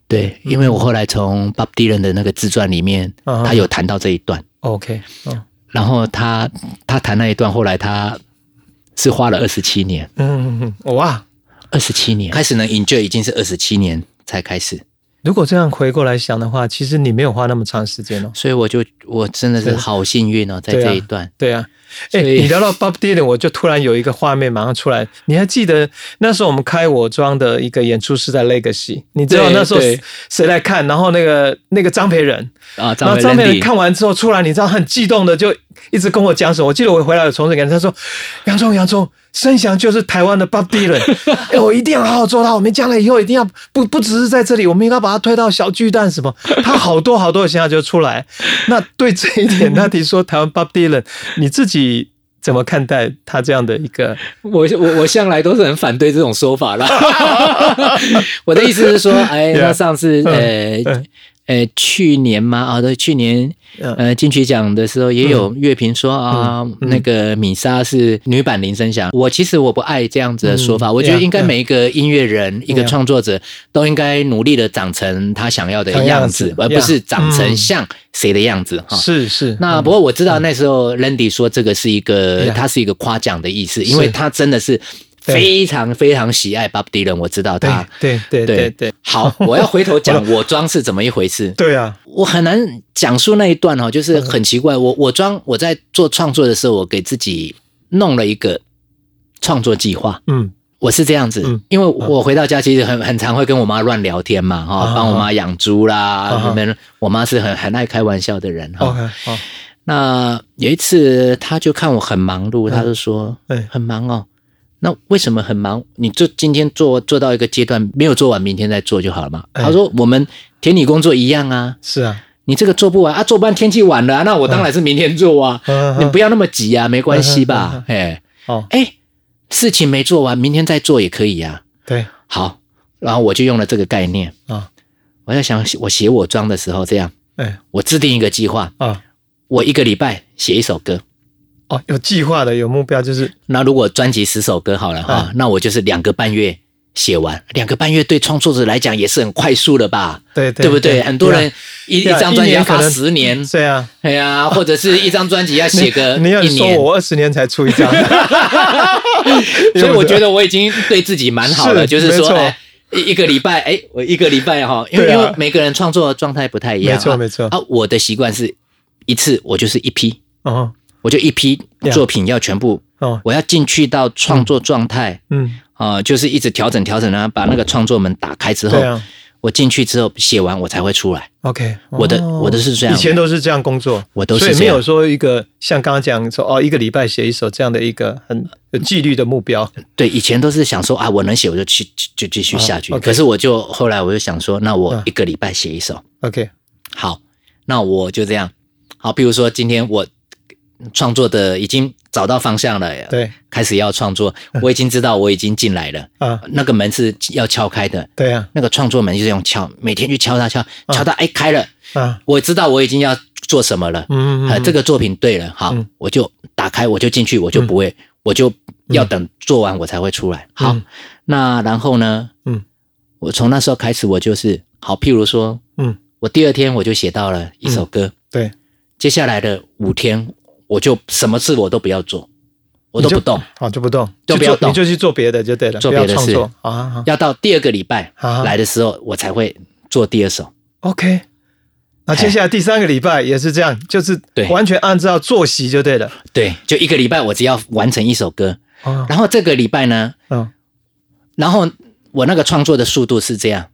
对，因为我后来从 Bob Dylan 的那个自传里面，他有谈到这一段。 OK， 然后他谈那一段，后来他是花了27年。 哇 ，27年开始呢 ，enjoy 已经是27年才开始。 如果这样回过来想的话，其实你没有花那么长时间哦。 所以我真的是好幸运哦，在这一段。 对啊。你聊到 Bob Dylan， 我就突然有一个画面马上出来。你还记得那时候我们开我庄的一个演出是在 Legacy， 你知道那时候谁来看？然后那个张培仁啊， 然后张培仁看完之后出来，你知道很激动的就一直跟我讲什么。我记得我回来有重整感，他说：“杨忠，申翔就是台湾的 Bob Dylan， 我一定要好好做他。我们将来以后一定要不只是在这里，我们应该把他推到小巨蛋什么。”他好多的想法就出来。那对这一点，他提说台湾 Bob Dylan， 你自己怎么看待他这样的一个？ 我向来都是很反对这种说法啦。我的意思是说，那上次去年嘛，对，去年金曲奖的时候也有乐评说那个米莎是女版林生祥。其实我不爱这样子的说法，我觉得应该每一个音乐人、一个创作者都应该努力的长成他想要的样子，而不是长成像谁的样子哈。 是。 那不过我知道那时候 Randy 说这个是一个，他是一个夸奖的意思，因为他真的是非常非常喜爱 Bob Dylan， 我知道他。 对。 好，我要回头讲我庄是怎么一回事。 对啊， 我很难讲述那一段哦，就是很奇怪。我庄我在做创作的时候，我给自己弄了一个创作计划。我是这样子，因为我回到家其实很常会跟我妈乱聊天嘛，帮我妈养猪啦。我妈是很爱开玩笑的人哈。那有一次，她就看我很忙碌，她就说：“很忙哦。”那为什么很忙？你就今天做到一个阶段没有做完，明天再做就好了嘛。他说我们田里工作一样啊。 是啊， 你这个做不完啊，做不完天气晚了那我当然是明天做啊。你不要那么急啊，没关系吧？事情没做完，明天再做也可以啊。 对， 好，然后我就用了这个概念啊。我在想，我写我庄的时候这样，我制定一个计划啊，我1个礼拜写1首歌。 有计划的，有目标，就是那如果专辑10首歌好了哈，那我就是2个半月写完。2个半月对创作者来讲也是很快速的吧？对不对？很多人一张专辑要花10年， 对啊， 对啊，或者是一张专辑要写个1年。 你说我20年才出一张， 所以我觉得我已经对自己蛮好了，就是说1个礼拜，我1个礼拜哈，因为每个人创作的状态不太一样， 没错啊，我的习惯是一次我就是一批我就一批作品要全部，我要进去到创作状态，就是一直调整啊，把那个创作门打开之后，我进去之后写完我才会出来。 OK， 我的是这样， 以前都是这样工作， 我都是这样， 所以没有说一个像刚刚讲说1个礼拜写1首这样的一个很有纪律的目标。 对，以前都是想说我能写我就继续下去。可是后来我就想说，那我1个礼拜写1首。 OK， 好，那我就这样。好，比如说今天我创作的已经找到方向了， 对， 开始要创作，我已经知道我已经进来了那个门是要敲开的， 对啊， 那个创作门就是用敲，每天去敲它开了我知道我已经要做什么了，这个作品对了，好，我就打开，我就进去，我就不会，我就要等做完我才会出来。好，那然后呢，我从那时候开始，我就是好，譬如说，我第2天我就写到了1首歌， 对， 接下来的5天。我就什么事我都不要做，我都不动， 就不动， 都不要动， 你就去做别的就对了， 做别的事。要到第2个礼拜来的时候，我才会做第2首。 OK， 那接下来第3个礼拜也是这样，就是完全按照作息就对了。 对，就1个礼拜我只要完成1首歌，然后这个礼拜呢，然后我那个创作的速度是这样，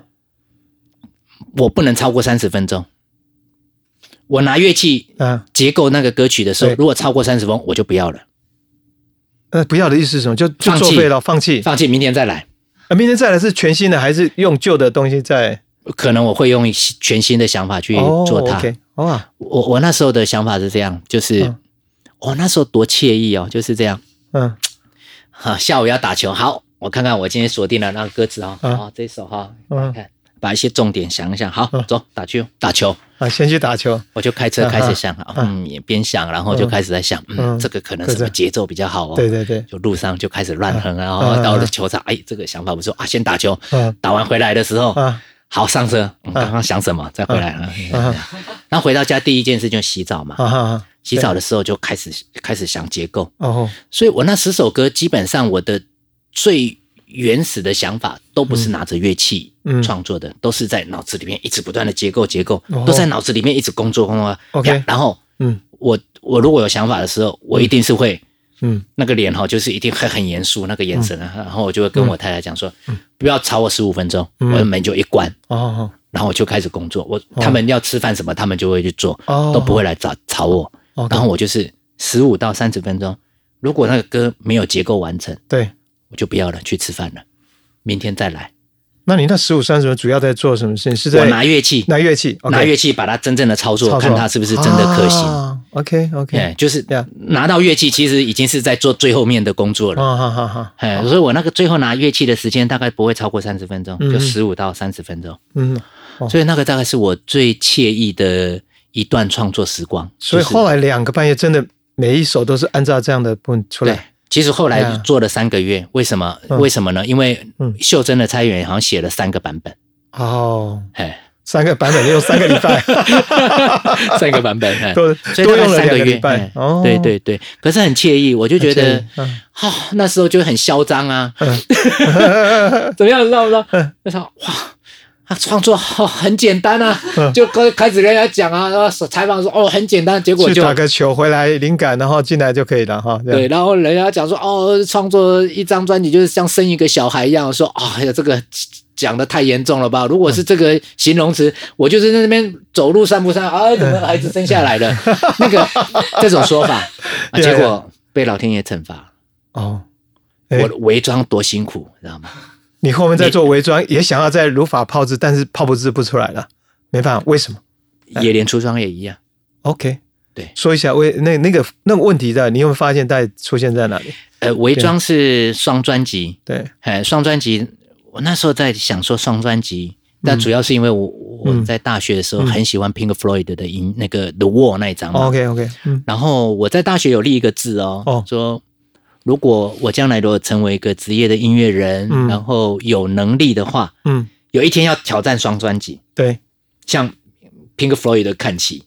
我不能超过30分钟。我拿乐器结构那个歌曲的时候，如果超过30分钟，我就不要了。 不要的意思是什么？就作废了，放弃， 明天再来。 明天再来是全新的，还是用旧的东西在？ 可能我会用全新的想法去做它。 OK， 我那时候的想法是这样，就是那时候多惬意哦，就是这样。好，下午要打球，好，我看看我今天锁定了那个歌词这一首看。把一些重点想一想，好，走打球先去打球。 我就开车开始想，也边想，然后就开始在想，这个可能什么节奏比较好哦。 对， 就路上就开始乱哼，然后到了球场，这个想法不错啊，先打球，打完回来的时候， 好上车，刚刚想什么再回来然后回到家第一件事就洗澡嘛，洗澡的时候就开始想结构，所以我那10首歌基本上我的最原始的想法都不是拿着乐器创作的，都是在脑子里面一直不断的结构，都在脑子里面一直工作。 OK， 然后我如果有想法的时候，我一定是会那个脸就是一定很严肃那个眼神然后我就会跟我太太讲说，不要吵我15分钟，我的门就一关然后我就开始工作。他们要吃饭什么，他们就会去做，都不会来吵我。然后我就是15到30分钟，如果那个歌没有结构完成， 对， 我就不要了，去吃饭了，明天再来。 那你那15、30分主要在做什么事情？是在我拿乐器， 拿乐器， 拿乐器把它真正的操作，看它是不是真的可行。 OK， 就是拿到乐器，其实已经是在做最后面的工作了。所以我那个最后拿乐器的时间大概不会超过30分钟，就15到30分钟。所以那个大概是我最惬意的一段创作时光。 所以后来2个半月，真的每一首都是按照这样的部分出来。 对，其实后来做了3个月，为什么？为什么呢？因为秀珍的蔡元好像写了3个版本。3个版本用3个礼拜，3个版本， 所以多用了2个礼拜。 对，可是很惬意，我就觉得，那时候就很嚣张啊。怎么样，知道不知道？那时候哇，创作很简单啊，就开始跟人家讲啊，采访说很简单，结果就打个球回来灵感，然后进来就可以了对，然后人家讲说创作一张专辑就是像生一个小孩一样，说这个讲的太严重了吧？如果是这个形容词，我就是在那边走路散步怎么孩子生下来了？那个这种说法，结果被老天爷惩罚。我的伪装多辛苦，知道吗？ 你后面在做伪装，也想要在如法炮制，但是炮不制不出来了，没办法，为什么？ 也连出装也一样。 OK， 对， 说一下那个问题你有没有发现大概出现在哪里？ 伪装是双专辑， 对， 双专辑，我那时候在想说双专辑，但主要是因为我在大学的时候很喜欢 Pink Floyd 的那个 The Wall 那一张嘛。 OK， 然后我在大学有立一个字说如果我将来如果成为一个职业的音乐人，然后有能力的话，有一天要挑战双专辑， 对， 像 Pink Floyd 的看齐。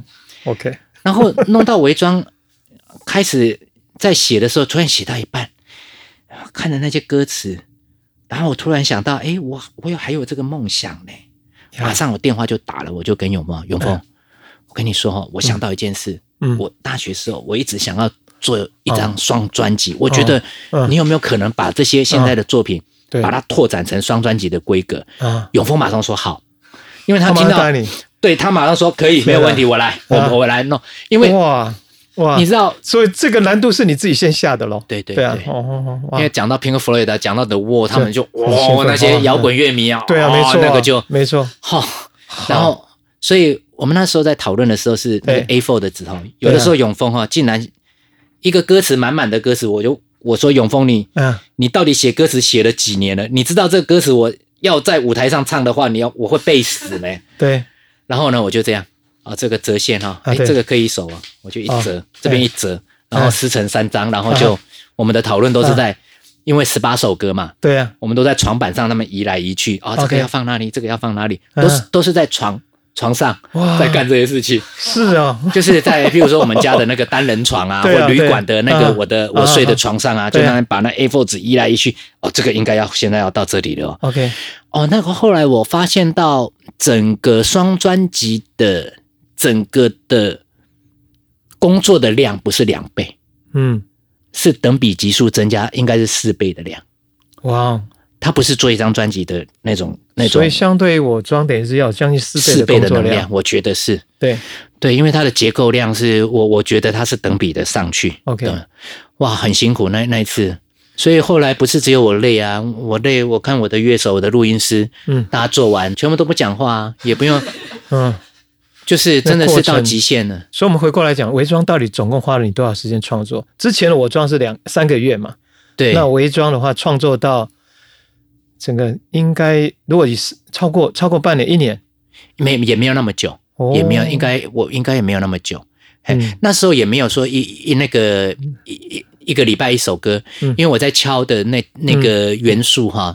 OK， 然后弄到伪装，开始在写的时候，突然写到一半，看着那些歌词，然后我突然想到，我还有这个梦想呢，马上我电话就打了，我就跟永峰，我跟你说我想到一件事，我大学时候我一直想要做一张双专辑，我觉得你有没有可能把这些现在的作品，把它拓展成双专辑的规格？永峰马上说好，因为他听到，对，他马上说可以，没有问题，我来弄，因为哇， 你知道， 所以这个难度是你自己先下的咯。 对啊， 因为讲到 Pink Floyd， 讲到 The Wall， 他们就那些摇滚乐迷啊， 对啊，没错， 那个就没错， 然后，所以我们那时候在讨论的时候是那个 A4 的纸有的时候永峰竟然一个歌词满满的歌词，我说永峰你到底写歌词写了几年了？你知道这个歌词我要在舞台上唱的话，我会背死没？ 对。 然后呢，我就这样这个折线这个可以一手我就一折，这边一折，然后撕成3张，然后就我们的讨论都是在，因为18首歌嘛， 对啊， 我们都在床板上那么移来移去这个要放哪里，这个要放哪里，都是在床上在干这些事情。 是啊， 就是在譬如说我们家的那个单人床或旅馆的那个我睡的床上就那把那 A4 纸移来移去，这个应该现在要到这里了。 OK， 那个后来我发现到整个双专辑的整个的工作的量不是2倍，是等比级数增加，应该是4倍的量。 哇， 它不是做一张专辑的那种， 所以相对于我装等于是要将近4倍的能量， 我觉得是对， 因为它的结构量是我觉得它是等比的上去。 OK， 哇，很辛苦那一次，所以后来不是只有我累啊，我累，我看我的乐手、我的录音师，大家做完全部都不讲话也不用，就是真的是到极限了。 所以我们回过来讲，伪装到底总共花了你多少时间创作？之前的我装是3个月嘛， 对， 那伪装的话，创作到整个应该如果超过半年1年， 也没有那么久，也没有，应该也没有那么久。那时候也没有说一个礼拜1首歌，因为我在敲的那个元素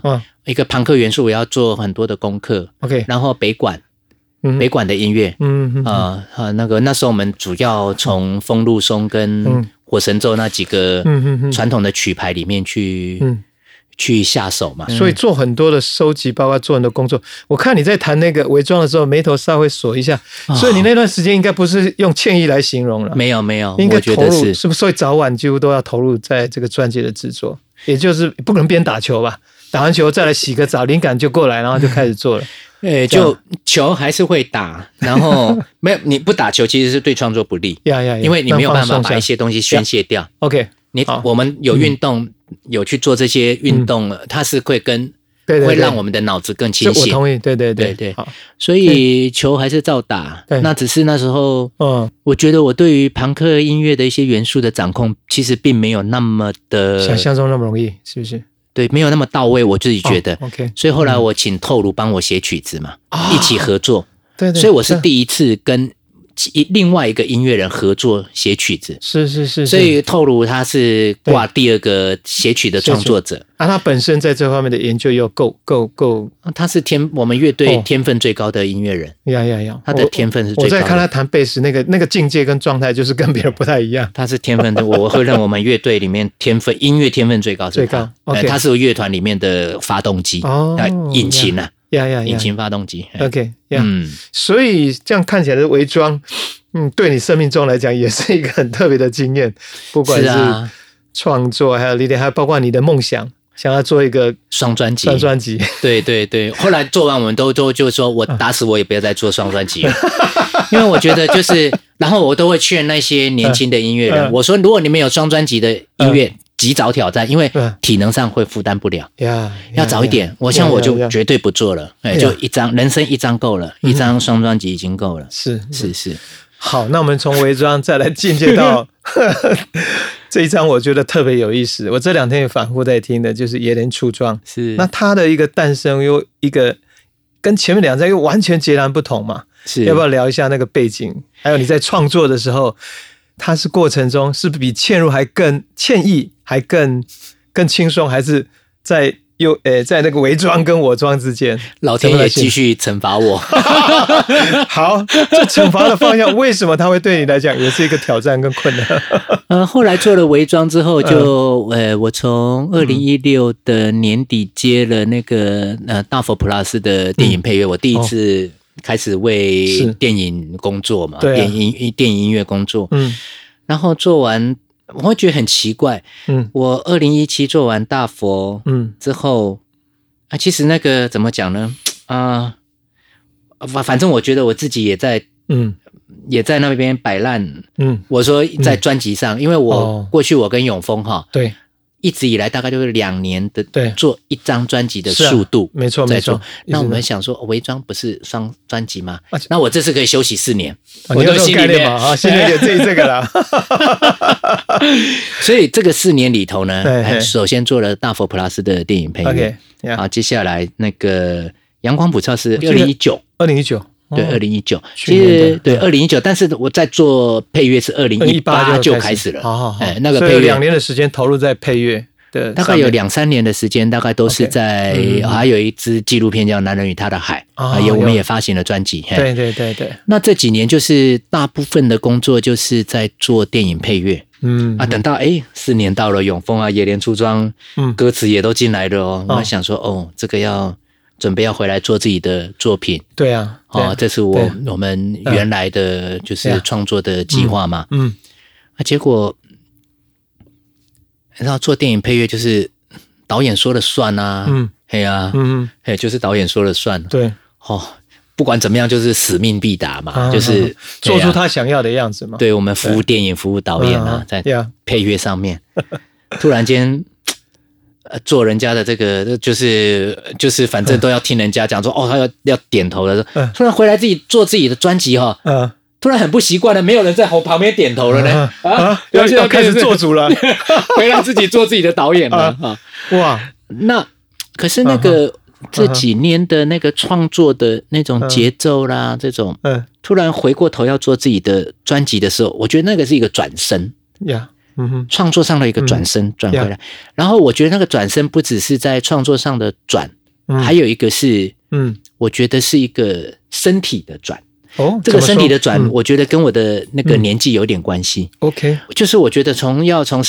一个朋克元素，我要做很多的功课。 OK， 然后北管的音乐，那时候我们主要从风露松跟火神咒那几个传统的曲牌里面去下手嘛， 所以做很多的收集，包括做很多工作。我看你在弹那个伪装的时候，眉头稍微锁一下，所以你那段时间应该不是用歉意来形容了。 没有， 应该我觉得是不是？所以早晚几乎都要投入在这个专辑的制作，也就是不可能边打球吧？打完球再来洗个澡，灵感就过来，然后就开始做了。 就球还是会打，然后没有你不打球，其实是对创作不利。因为你没有办法把一些东西宣泄掉。 OK， 我们有运动，有去做这些运动了，它是会会让我们的脑子更清醒。 我同意，对。 所以球还是照打，那只是那时候，我觉得我对于朋克音乐的一些元素的掌控，其实并没有那么的想象中那么容易，是不是？ 对，没有那么到位，我自己觉得。 OK， 所以后来我请透露帮我写曲子嘛，一起合作。 对， 所以我是第一次跟另外一个音乐人合作写曲子。 是。 所以透露他是挂第二个写曲的创作者。 他本身在这方面的研究又够。 他是我们乐队天分最高的音乐人。他的天分是最高的。 我在看他弹贝斯那个境界跟状态，就是跟别人不太一样。 他是天分的，我会认为我们乐队里面音乐天分最高是他。他是乐团里面的发动机，引擎啊。引擎发动机。 OK， 所以这样看起来的伪装，对你生命中来讲也是一个很特别的经验，不管是创作，还有历练，还有包括你的梦想，想要做一个双专辑。 对。后来做完，我们都就说，我打死我也不要再做双专辑了，因为我觉得就是，然后我都会劝那些年轻的音乐人，我说，如果你们有双专辑的音乐，及早挑战，因为体能上会负担不了，要早一点。我就绝对不做了，就一张，人生一张够了，一张双专辑已经够了。是。 好，那我们从伪装再来进阶到这一张，我觉得特别有意思。我这2天也反复在听的，就是野莲出装。 是， 那它的一个诞生又一个跟前面2张又完全截然不同嘛？ 是， 要不要聊一下那个背景？还有你在创作的时候，它是过程中是不是比嵌入还更歉意，还更轻松，还是在那个伪装跟我装之间， 老天爷继续惩罚我。 好，这惩罚的方向为什么它会对你来讲也是一个挑战跟困难？ 后来做了伪装之后我从2016的年底接了那个大佛 Plus 的电影配乐，我第一次开始为电影工作嘛，电影音乐工作。然后做完，我会觉得很奇怪。我2017做完大佛之后，其实那个怎么讲呢？反正我觉得我自己也在那边摆烂。我说在专辑上，因为过去我跟永丰对。一直以来大概就是2年的做一张专辑的速度， 没错。 那我们想说，伪装不是双专辑吗？那我这次可以休息4年， 我都心里面嘛，心里面有这个啦。 所以这个4年里头呢，首先做了大佛 Plus 的电影配乐，好，接下来那个阳光普照是2019。对，2019，其实对2019，但是我在做配乐是2018就开始了。 好， 那个配乐 2年的时间投入在配乐的， 大概有2-3年的时间，大概都是在还有一支纪录片叫《男人与他的海》，我们也发行了专辑。 对。 那这几年就是大部分的工作就是在做电影配乐。等到4年到了，永丰野莲出装，歌词也都进来了哦。我想说这个准备要回来做自己的作品。 对啊， 这是我们原来的就是创作的计划嘛。结果然后做电影配乐就是导演说了算啊。就是导演说了算。 对， 不管怎么样就是使命必达嘛，就是做出他想要的样子嘛。 对，我们服务电影，服务导演啊，在配乐上面，突然间。做人家的这个就是反正都要听人家讲说他要点头的，突然回来自己做自己的专辑突然很不习惯了，没有人在旁边点头了呢。 要开始做主了， 回来自己做自己的导演了。 哇， 那可是那个这几年的那个创作的那种节奏啦，这种突然回过头要做自己的专辑的时候，我觉得那个是一个转身。创作上的一个转身转回来，然后我觉得那个转身不只是在创作上的转， 还有一个是我觉得是一个身体的转。这个身体的转，我觉得跟我的那个年纪有点关系。 OK， 就是我觉得从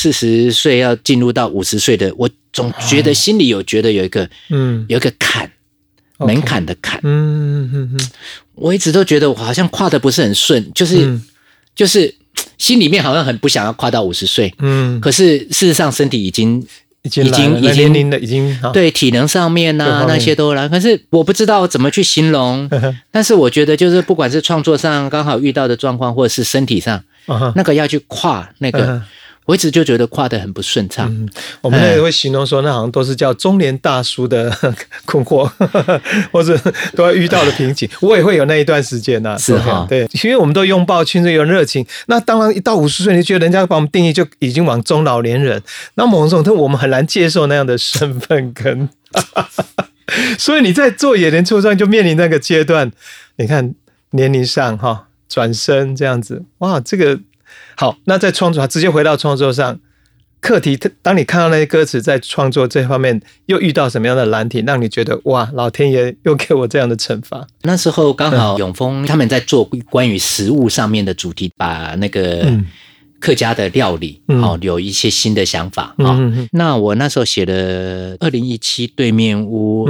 40岁要进入到50岁的，我总觉得心里觉得有一个坎，门槛的坎。我一直都觉得我好像跨的不是很顺，就是心里面好像很不想要跨到50岁。可是事实上身体已经年龄的已经对体能上面啊那些都来，可是我不知道怎么去形容。但是我觉得就是不管是创作上刚好遇到的状况，或者是身体上那个要去跨那个。我一直就觉得跨得很不顺畅。 我们那个会形容说，那好像都是叫中年大叔的困惑，或者都要遇到的瓶颈。我也会有那一段时间呐， 是哈， 对，因为我们都拥抱青春，有热情。那当然，一到50岁，你觉得人家把我们定义就已经往中老年人，那某种程度我们很难接受那样的身份跟。所以你在做野莲出装就面临那个阶段，你看年龄上哈转身这样子，哇，这个。好，那在创作，直接回到创作上，课题，当你看到那些歌词在创作这方面又遇到什么样的难题，让你觉得哇，老天爷又给我这样的惩罚？ 那时候刚好永丰他们在做关于食物上面的主题，把那个客家的料理有一些新的想法。那我那时候写了2017对面屋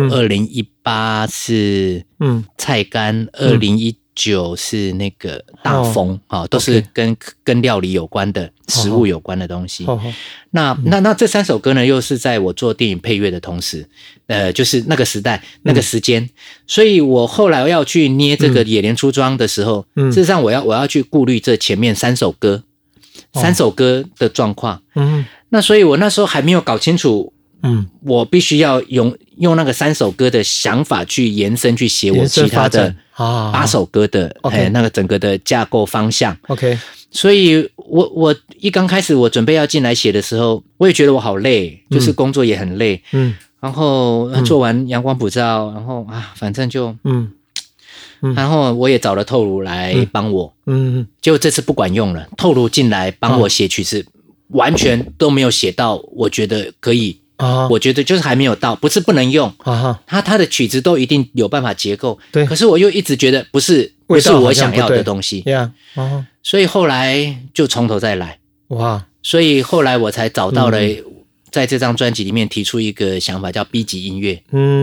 ，2018是菜干，2019是那个大风，都是跟料理有关的食物有关的东西。那这3首歌呢，又是在我做电影配乐的同时，就是那个时代那个时间，所以我后来要去捏这个野莲出装的时候，事实上我要去顾虑这前面3首歌的状况。那所以我那时候还没有搞清楚。我必须要用那个3首歌的想法去延伸去写我其他的8首歌的那个整个的架构方向。 OK， 所以我一刚开始我准备要进来写的时候，我也觉得我好累，就是工作也很累。然后做完阳光普照，然后反正就然后我也找了透如来帮我。结果这次不管用了，透如进来帮我写曲子，完全都没有写到我觉得可以。我觉得就是还没有到，不是不能用，他的曲子都一定有办法结构，对。可是我又一直觉得不是我想要的东西，所以后来就从头再来，哇！所以后来我才找到了，在这张专辑里面提出一个想法，叫 B 级音乐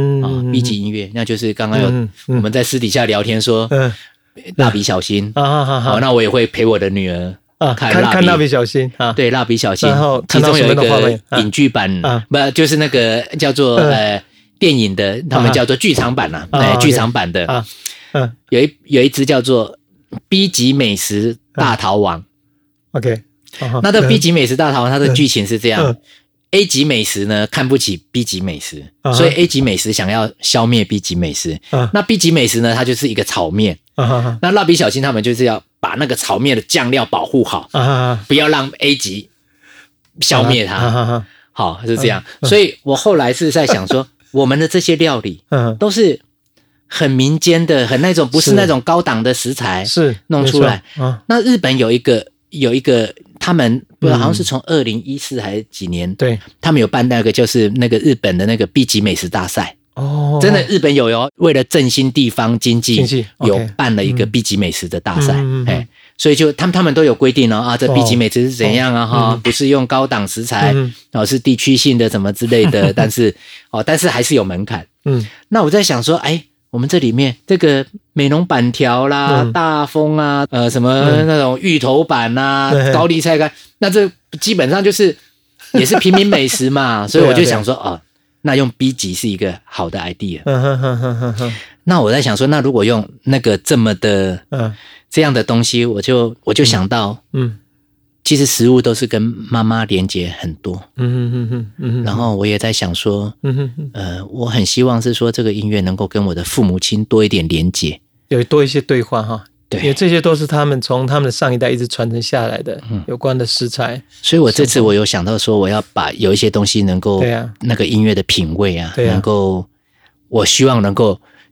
，B 级音乐，那就是刚刚有我们在私底下聊天说，蜡笔小新，那我也会陪我的女儿。 看蜡笔小新对，蜡笔小新， 然后其中有一个影剧版，不就是那个叫做电影的，他们叫做剧场版剧场版的，有一支叫做 B 级美食大逃亡。 OK， 那这 B 级美食大逃亡，它的剧情是这样：A 级美食呢看不起 B 级美食，所以 A 级美食想要消灭 B 级美食。那 B 级美食呢，它就是一个炒面。那蜡笔小新他们就是要把那个炒面的酱料保护好，不要让 A 级消灭它。好，是这样。所以我后来是在想说，我们的这些料理都是很民间的，很那种不是那种高档的食材是弄出来。那日本有一个他们不知道好像是从2014还是几年，对，他们有办那个就是那个日本的那个 B 级美食大赛。真的日本有为了振兴地方经济有办了一个 B 级美食的大赛，所以就他们都有规定这 B 级美食是怎样不是用高档食材，是地区性的什么之类的，但是还是有门槛。那我在想说，我们这里面这个美浓板条啦、大风什么那种芋头板高丽菜干，那这基本上就是也是平民美食嘛，所以我就想说那用 B 级是一个好的 idea。那我在想说，那如果用那个这么的这样的东西，我就想到，其实食物都是跟妈妈连结很多。然后我也在想说，我很希望是说这个音乐能够跟我的父母亲多一点连结， 有多一些对话哈。对，因为这些都是他们从他们的上一代一直传承下来的有关的食材， 所以我这次我有想到说，我要把有一些东西能够那个音乐的品味能够，我希望能够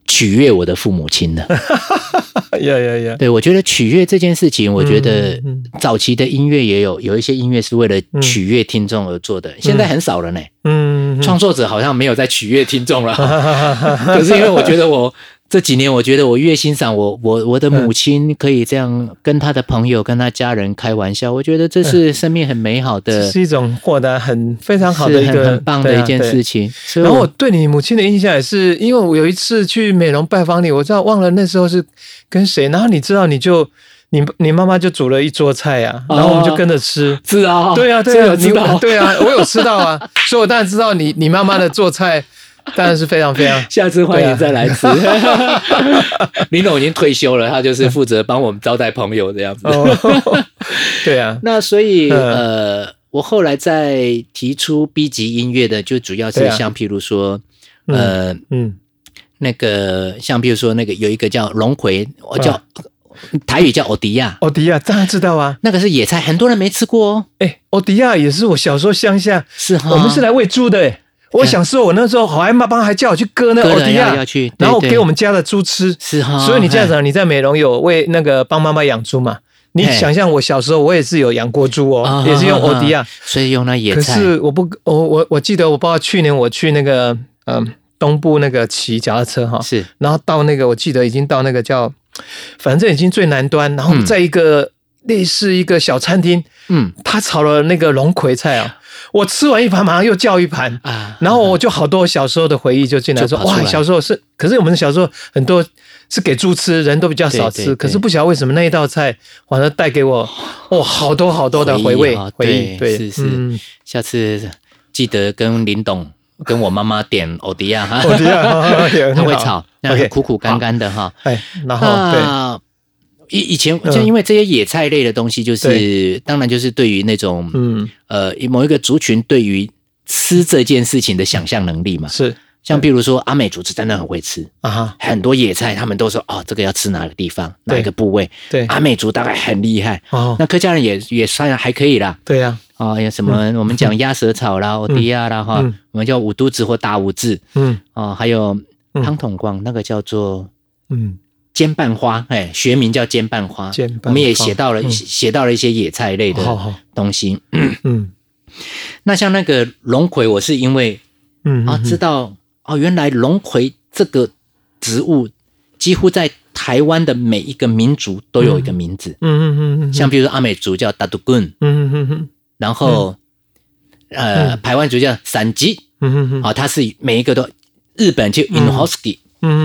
取悦我的父母亲的。 呀， 对，我觉得取悦这件事情，我觉得早期的音乐也有一些音乐是为了取悦听众而做的，现在很少了呢。创作者好像没有在取悦听众了。可是因为我觉得这几年，我觉得我越欣赏我的母亲可以这样跟她的朋友、跟她家人开玩笑，我觉得这是生命很美好的， 是一种获得非常好的一个很棒的一件事情。 然后我对你母亲的印象也是，因为我有一次去美容拜访你，我知道忘了那时候是跟谁，然后你知道你妈妈就煮了一桌菜啊，然后我们就跟着吃。 是啊， 对啊，对啊，我有吃到啊，所以我当然知道你妈妈的做菜。当然是非常非常， 下次欢迎再来吃。林董已经退休了，他就是负责帮我们招待朋友这样子。 对啊， 那所以我后来在提出 B 级音乐的，就主要是像譬如说，那个像譬如说那个有一个叫龙葵，我叫台语叫欧迪亚， 当然知道啊， 那个是野菜，很多人没吃过哦。 欧迪亚也是我小时候乡下， 是哈， 我们是来喂猪的我想说，我那时候好，妈妈还叫我去割那个欧迪亚，然后给我们家的猪吃。 是哈， 所以你这样讲，你在美容有为那个帮妈妈养猪嘛？你想象我小时候，我也是有养过猪也是用欧迪亚， 所以用那野菜。 可是我记得我不知道去年我去那个东部那个骑脚踏车是， 然后到那个我记得已经到那个叫，反正已经最南端，然后在一个类似一个小餐厅，他炒了那个龙葵菜我吃完一盘，马上又叫一盘然后我就好多小时候的回忆就进来说，哇，小时候是，可是我们小时候很多是给猪吃，人都比较少吃，可是不晓得为什么那一道菜反而带给我好多好多的回忆， 对，是，下次记得跟林董跟我妈妈点欧迪亚哈，他会炒，苦苦干干的哈， 然后对。 以前像因为这些野菜类的东西，就是当然就是对于那种某一个族群对于吃这件事情的想象能力嘛， 是像比如说阿美族是真的很会吃很多野菜他们都说这个要吃哪个地方哪一个部位， 对， 阿美族大概很厉害那客家人也算还可以啦， 对呀有什么我们讲鸭舌草啦、欧迪亚啦我们叫五肚子或大五字还有汤桶光那个叫做煎瓣花，学名叫煎瓣花，我们也写到了一些野菜类的东西。那像那个龙葵，我是因为知道原来龙葵这个植物几乎在台湾的每一个民族都有一个名字。像比如说阿美族叫达杜棍，然后排湾族叫散吉，它是每一个都，日本就 Inhoski，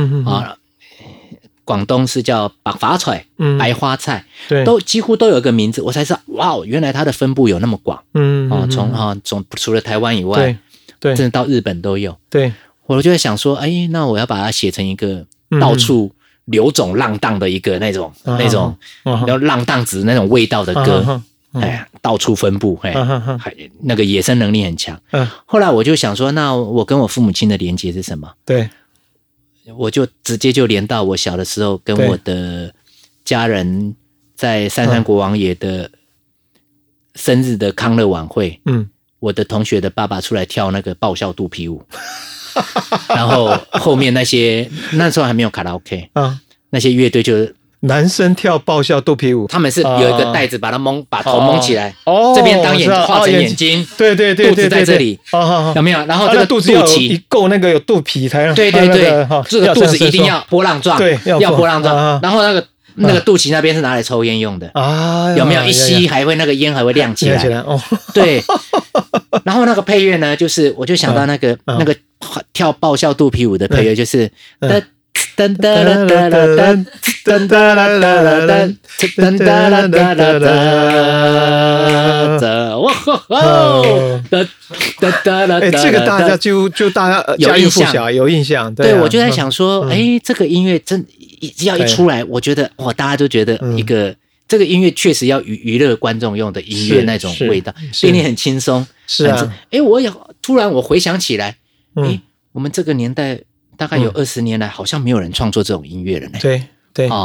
广东是叫白花菜，白花菜，都几乎都有一个名字，我才知道，哇，原来它的分布有那么广，从除了台湾以外，对，真的到日本都有， 对， 我就在想说，那我要把它写成一个到处流种浪荡的一个那种浪荡子那种味道的歌，到处分布，那个野生能力很强。后来我就想说，那我跟我父母亲的连结是什么？对。我就直接就连到我小的时候跟我的家人在三山国王爷的生日的康乐晚会，我的同学的爸爸出来跳那个爆笑肚皮舞，然后后面那时候还没有卡拉 OK，那些乐队就是男生跳爆笑肚皮舞， 他们是有一个袋子把头蒙起来，这边当画成眼睛， 对， 肚子在这里，有没有？然后这个肚子一够那个有肚皮才让， 对，这个肚子一定要波浪状，对，要波浪状。然后那个肚脐那边是拿来抽烟用的有没有？一吸还会那个烟还会亮起来，对。然后那个配乐呢，就是我就想到那个跳爆笑肚皮舞的配乐，就是噔哒啦哒啦噔，噔哒啦哒啦噔，噔哒啦哒啦噔，哇吼！噔噔哒啦。 这个大家就大家家喻户晓，有印象。 对，我就在想说，这个音乐真只要一出来，我觉得大家都觉得这个音乐确实要娱乐观众用的音乐那种味道，给你很轻松。是啊，突然我回想起来，我们这个年代。大概有20年来，好像没有人创作这种音乐了呢。对，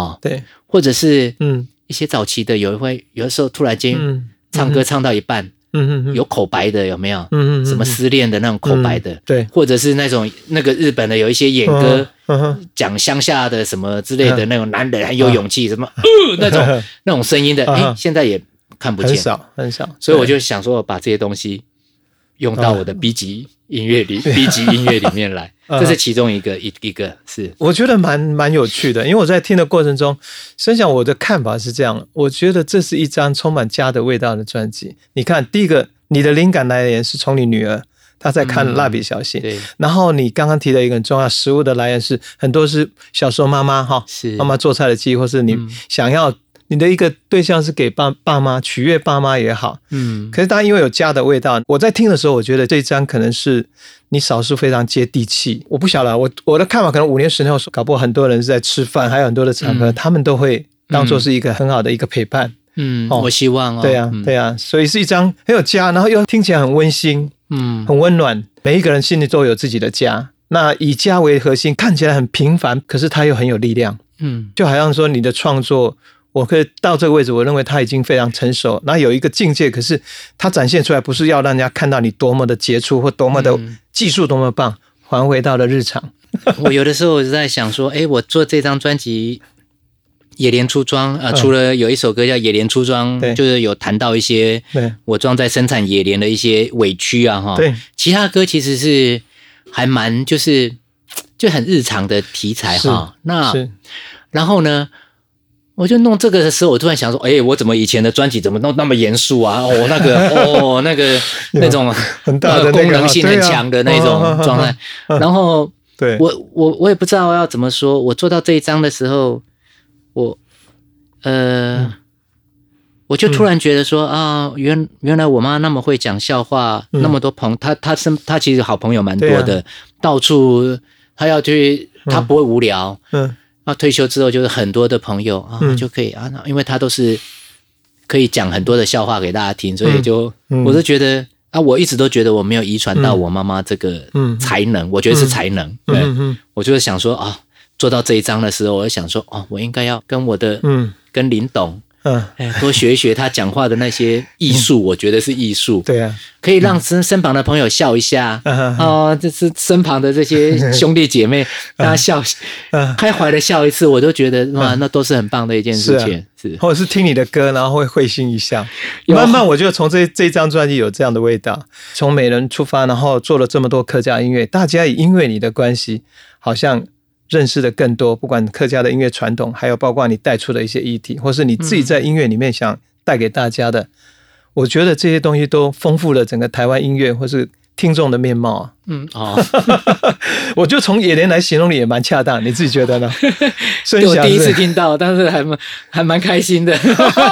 或者是一些早期的，有的时候突然间唱歌唱到一半， 有口白的有没有？什么失恋的那种口白的， 对， 或者是那个日本的有一些演歌，讲乡下的什么之类的那种男人很有勇气，什么那种声音的，现在也看不见， 很少。 所以我就想说，把这些东西用到我的 B 级音乐里面来，这是其中一个是。我觉得蛮有趣的，因为我在听的过程中，声响我的看法是这样，我觉得这是一张充满家的味道的专辑。你看，第一个，你的灵感来源是从你女儿。她在看蜡笔小新，然后你刚刚提的一个很重要，食物的来源是很多是小时候妈妈做菜的记忆，或是你想要你的一个对象是给爸妈取悦爸妈也好，可是当然因为有家的味道，我在听的时候，我觉得这张可能是你少数非常接地气。我不晓得，我的看法可能5年10年后，搞不好很多人是在吃饭，还有很多的场合，他们都会当作是一个很好的一个陪伴。 我希望对啊，所以是一张很有家，然后又听起来很温馨，很温暖。每一个人心里都有自己的家，那以家为核心，看起来很平凡，可是它又很有力量。就好像说你的创作，我可以到这个位置，我认为它已经非常成熟，那有一个境界，可是它展现出来不是要让人家看到你多么的杰出或多么的技术多么棒，还回到了日常。 我有的时候我在想说，我做这张专辑野莲出装除了有一首歌叫野莲出装，就是有谈到一些我装在生产野莲的一些委屈啊， 对， 其他歌其实是还蛮就很日常的题材哈。那然后呢，我就弄这个的时候，我突然想说，我怎么以前的专辑怎么弄那么严肃啊？那种很大的功能性很强的那种状态。然后对我也不知道要怎么说。我做到这一章的时候，我就突然觉得说原来我妈那么会讲笑话，那么多她其实好朋友蛮多的，到处她要去，她不会无聊。退休之后就是很多的朋友就可以因为她都是可以讲很多的笑话给大家听，所以我就觉得我一直都觉得我没有遗传到我妈妈这个才能，我觉得是才能。我就是想说做到这一章的时候，我就想说我应该要跟我的跟林董多学一学他讲话的那些艺术，我觉得是艺术。 对啊， 可以让身旁的朋友笑一下这是身旁的这些兄弟姐妹大家笑开怀的笑一次，我都觉得那都是很棒的一件事情。是或者是听你的歌，然后会心一笑。慢慢我觉得从这张专辑有这样的味道，从美人出发，然后做了这么多客家音乐，大家也因为你的关系好像认识的更多，不管客家的音乐传统，还有包括你带出的一些议题，或是你自己在音乐里面想带给大家的，我觉得这些东西都丰富了整个台湾音乐或是听众的面貌我就从野莲来形容你也蛮恰当，你自己觉得呢？ 我第一次听到，但是还蛮开心的。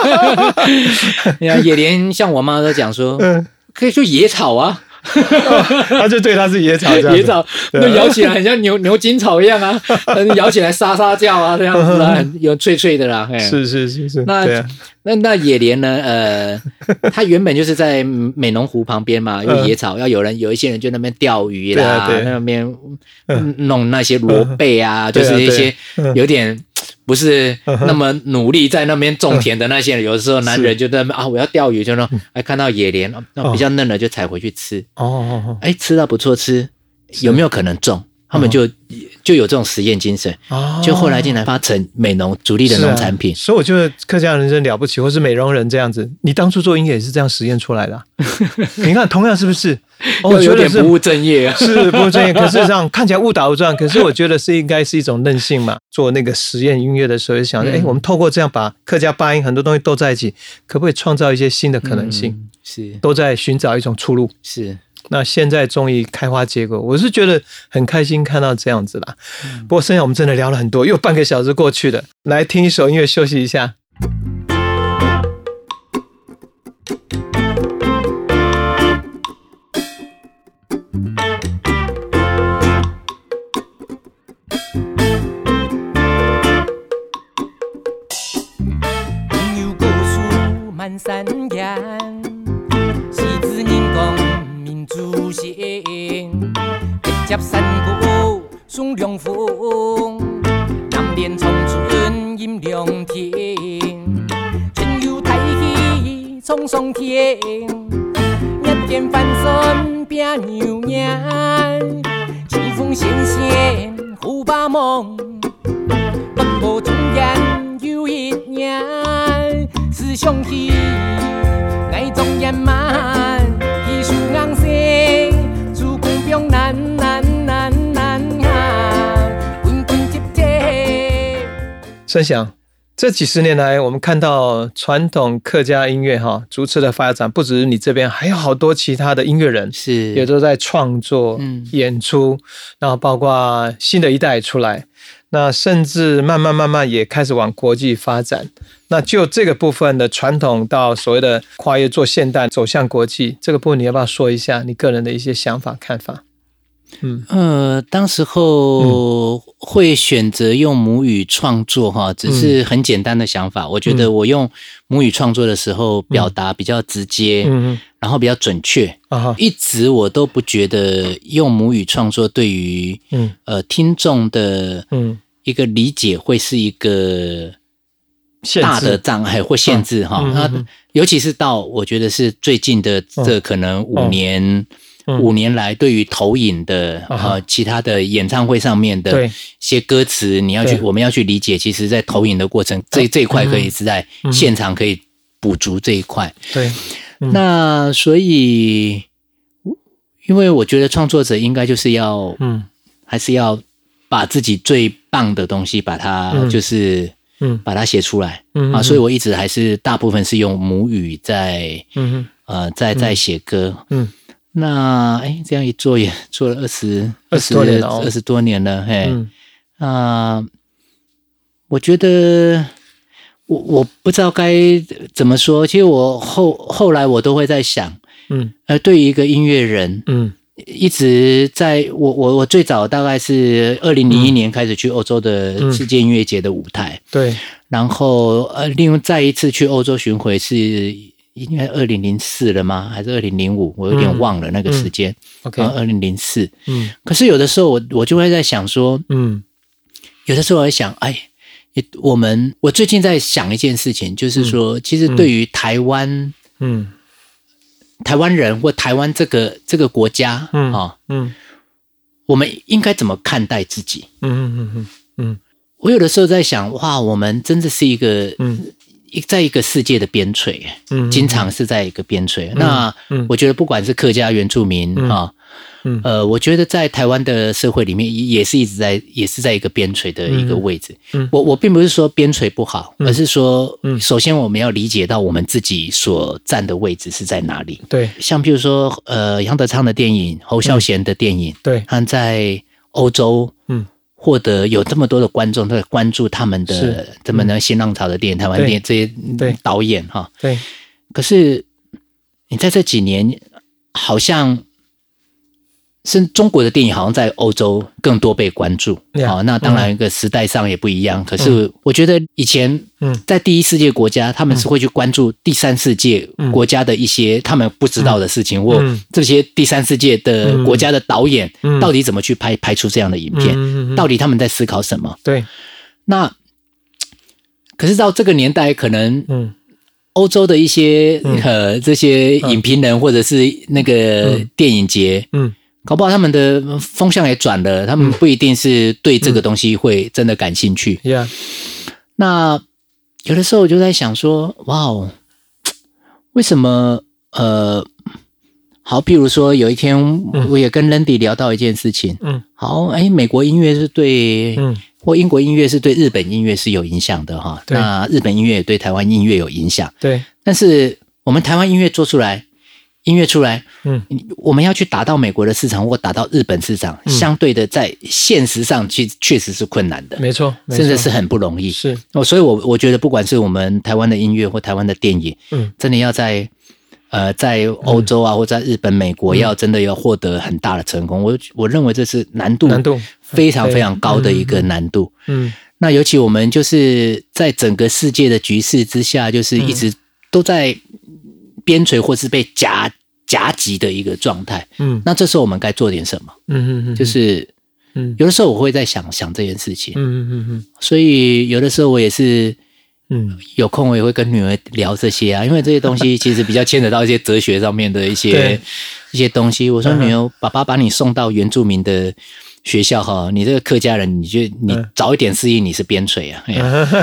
野莲像我妈都讲说，可以说野草啊。 他就对他是野草， 野草那摇起来很像牛筋草一样摇起来沙沙叫这样子有脆脆的啦。 是。 那野莲呢？它原本就是在美浓湖旁边嘛，有野草，有一些人就那边钓鱼啦，那边弄那些螺贝就是一些有点不是那么努力在那边种田的那些人，有的时候男人就在那边我要钓鱼，就那看到野莲比较嫩了就采回去吃。吃到不错吃，有没有可能种？他们就有这种实验精神，就后来竟然发成美浓主力的农产品。 所以我觉得客家人真了不起，或是美容人这样子，你当初做音乐也是这样实验出来的你看同样是不是有点不务正业是不务正业，可是这样看起来误打误撞，可是我觉得应该是一种韧性嘛。做那个实验音乐的时候就想我们透过这样把客家八音很多东西斗在一起，可不可以创造一些新的可能性？ 是都在寻找一种出路。 是那现在终于开花结果，我是觉得很开心看到这样子啦。不过剩下我们真的聊了很多，又半个小时过去了，来听一首音乐休息一下。 有故事满山岩，是指人讲民族性，接山谷送凉风，南边长春饮凉天，春有大喜冲上天， 见翻身拼牛年，秋风咸咸胡把梦，奔波中间有一年，思想起爱中圆满，艺术硬色，主公平难滚滚接接。 声响。这几十年来，我们看到传统客家音乐逐次的发展，不只是你这边，还有好多其他的音乐人是也都在创作、演出，然后包括新的一代出来，那甚至慢慢也开始往国际发展。那就这个部分的传统到所谓的跨越做现代走向国际，这个部分你要不要说一下你个人的一些想法看法？ 当时候会选择用母语创作只是很简单的想法。我觉得我用母语创作的时候，表达比较直接，然后比较准确。一直我都不觉得用母语创作对于听众的一个理解会是一个大的障碍或限制尤其是到我觉得是最近的这可能5年来，对于投影的其他的演唱会上面的一些歌词，我们要去理解，其实在投影的过程，这一块可以是在现场可以补足这一块。对，那所以，因为我觉得创作者应该就是要，还是要把自己最棒的东西，把它就是把它写出来所以我一直还是大部分是用母语在写歌。那这样一做也做了20多年了我觉得我不知道该怎么说。其实我后来我都会在想，对于一个音乐人，一直在我最早大概是2001年开始去欧洲的世界音乐节的舞台，对，然后另外再一次去欧洲巡回是应该2004了吗？还是2005？我有点忘了那个时间。2004。可是有的时候我就会在想说，有的时候我在想，我最近在想一件事情，就是说，其实对于台湾人或台湾这个国家我们应该怎么看待自己？我有的时候在想，哇，我们真的是一个在一个世界的边陲，经常是在一个边陲。那我觉得不管是客家原住民我觉得在台湾的社会里面也是在一个边陲的一个位置。我并不是说边陲不好，而是说首先我们要理解到我们自己所站的位置是在哪里。对，像譬如说杨德昌的电影、侯孝贤的电影，对，他在欧洲获得有这么多的观众都在关注他们的这么新浪潮的电影、台湾电影这些导演对。可是你在这几年好像是中国的电影好像在欧洲更多被关注那当然一个时代上也不一样。可是我觉得以前在第一世界国家他们是会去关注第三世界国家的一些他们不知道的事情，或这些第三世界的国家的导演到底怎么去拍出这样的影片，到底他们在思考什么。对，那可是到这个年代可能欧洲的一些这些影评人或者是那个电影节搞不好他们的风向也转了，他们不一定是对这个东西会真的感兴趣。那有的时候我就在想说，哇，为什么好，比如说有一天我也跟 Randy 聊到一件事情，好，美国音乐是对或英国音乐是对日本音乐是有影响的那日本音乐也对台湾音乐有影响。对，但是我们台湾音乐出来，我们要去打到美国的市场或打到日本市场，相对的在现实上确实是困难的，没错，甚至是很不容易。是所以我觉得不管是我们台湾的音乐或台湾的电影，真的要在欧洲或在日本、美国要真的要获得很大的成功，我认为这是难度非常非常高的一个难度。那尤其我们就是在整个世界的局势之下，就是一直都在边陲或是被夹击的一个状态。那这时候我们该做点什么？就是有的时候我会在想这件事情。所以有的时候我也是有空我也会跟女儿聊这些啊，因为这些东西其实比较牵扯到一些哲学上面的一些东西。我说女儿，爸爸把你送到原住民的学校哈，你这个客家人，你早一点适应你是边陲啊。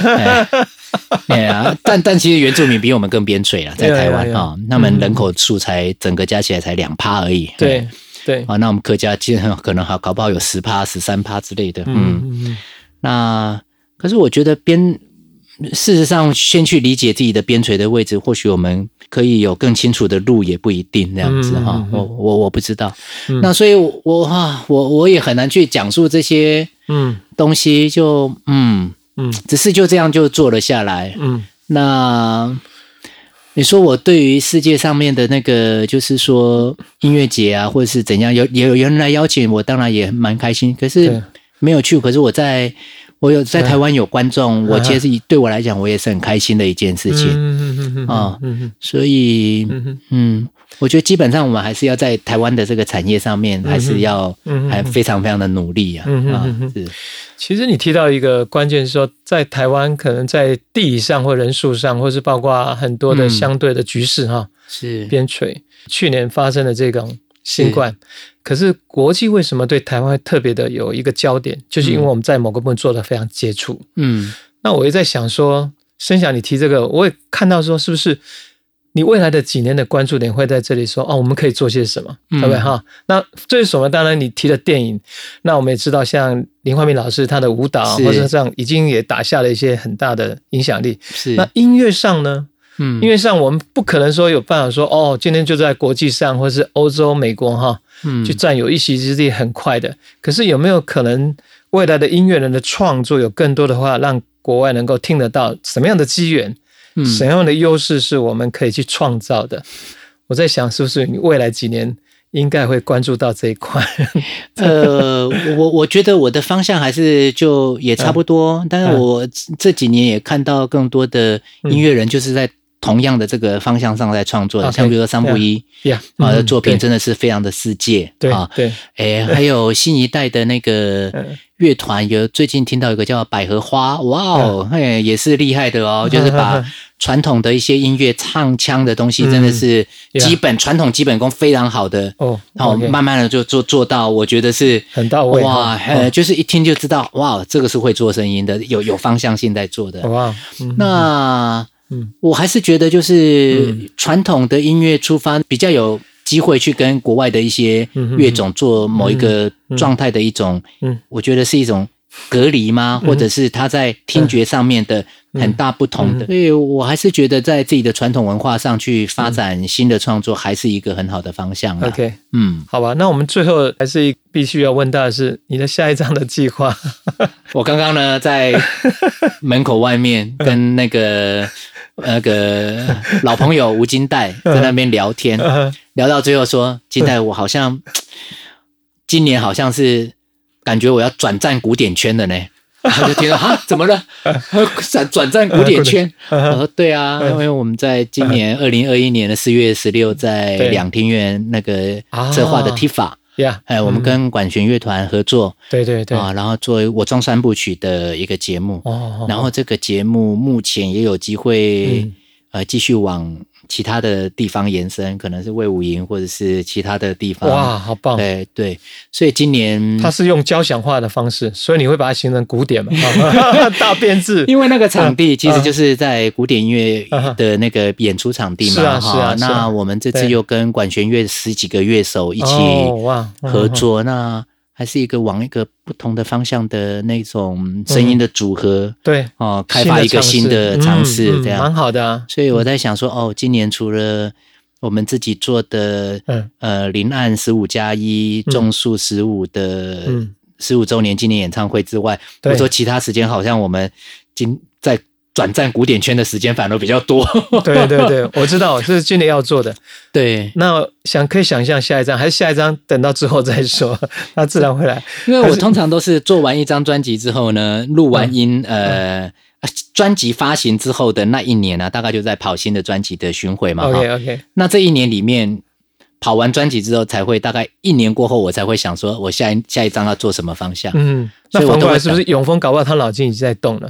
但其实原住民比我们更边陲啦，在台湾啊，他们人口数整个加起来才2%而已。 对。 那我们客家可能搞不好有10%、13%之类的。那可是我觉得事实上，先去理解自己的边陲的位置，或许我们可以有更清楚的路，也不一定这样子哈。我不知道。那所以我也很难去讲述这些东西，只是就这样就做了下来。那你说我对于世界上面的那个，就是说音乐节啊，或者是怎样，有人来邀请我，当然也蛮开心。可是没有去，可是我有在台湾有观众，我其实对我来讲，我也是很开心的一件事情所以我觉得基本上我们还是要在台湾的这个产业上面，还是要还非常非常的努力啊。是。 其实你提到一个关键是说，在台湾可能在地理上或人数上，或是包括很多的相对的局势是边陲。去年发生的这种新冠，可是国际为什么对台湾特别的有一个焦点，就是因为我们在某个部分做得非常接触。那我也在想说，申翔你提这个，我也看到说，是不是你未来的几年的关注点会在这里说我们可以做些什么，对不对哈？那这是什么？当然你提的电影，那我们也知道，像林怀民老师他的舞蹈或者这样，已经也打下了一些很大的影响力。 是。 那音乐上呢？音乐上我们不可能说有办法说今天就在国际上或是欧洲、美国就占有一席之地，很快的。可是有没有可能未来的音乐人的创作有更多的话，让国外能够听得到什么样的机缘？什么样的优势是我们可以去创造的？我在想，是不是你未来几年应该会关注到这一块？ 我觉得我的方向还是就也差不多，但是我这几年也看到更多的音乐人就是在同样的这个方向上在创作的，像比如说桑布伊的作品真的是非常的世界还有新一代的那个乐团，最近听到一个叫百合花，也是厉害的就是把传统的一些音乐唱腔的东西真的是传统基本功非常好的慢慢的就做到，我觉得是很到位就是一听就知道这个是会做声音的，有方向性在做的。那我还是觉得就是传统的音乐出发比较有机会去跟国外的一些乐种做某一个状态的一种我觉得是一种隔离吗？或者是他在听觉上面的很大不同的，所以我还是觉得在自己的传统文化上去发展新的创作还是一个很好的方向。 OK， 好吧，那我们最后还是必须要问到的是你的下一张的计划。 我刚刚呢在门口外面跟那个老朋友吴金代在那边聊天，聊到最后说，金代我好像今年好像是感觉我要转战古典圈的呢。他就听到怎么了？转战古典圈？我说对啊，因为我们在今年2021年的4月16在两厅院那个策划的 TIFA，我们跟管弦乐团合作， 对然后作为我装3部曲的一个节目，然后这个节目目前也有机会继续往其他的地方延伸，可能是卫武营或者是其他的地方。 哇，好棒！ 对，所以今年它是用交响化的方式，所以你会把它形成古典嘛？大编制， 因为那个场地其实就是在古典音乐的那个演出场地嘛。 是啊。 那我们这次又跟管弦乐10几个乐手一起合作，那还是往一个不同的方向的那种声音的组合，开发一个新的尝试，这样蛮好的啊。 所以我在想说，今年除了我们自己做的林岸15+1种树15的15周年纪念演唱会之外，我说其他时间好像我们在转战古典圈的时间反而比较多。 对，我知道这是今年要做的。 对， 那可以想象下一张，还是下一张等到之后再说，它自然会来。 因为我通常都是做完一张专辑之后呢，录完音，专辑发行之后的那一年呢，大概就在跑新的专辑的巡回嘛。 OK。 那这一年里面跑完专辑之后，才会大概1年过后，我才会想说我下一张要做什么方向。 那反过来是不是永丰搞不好他脑筋已经在动了？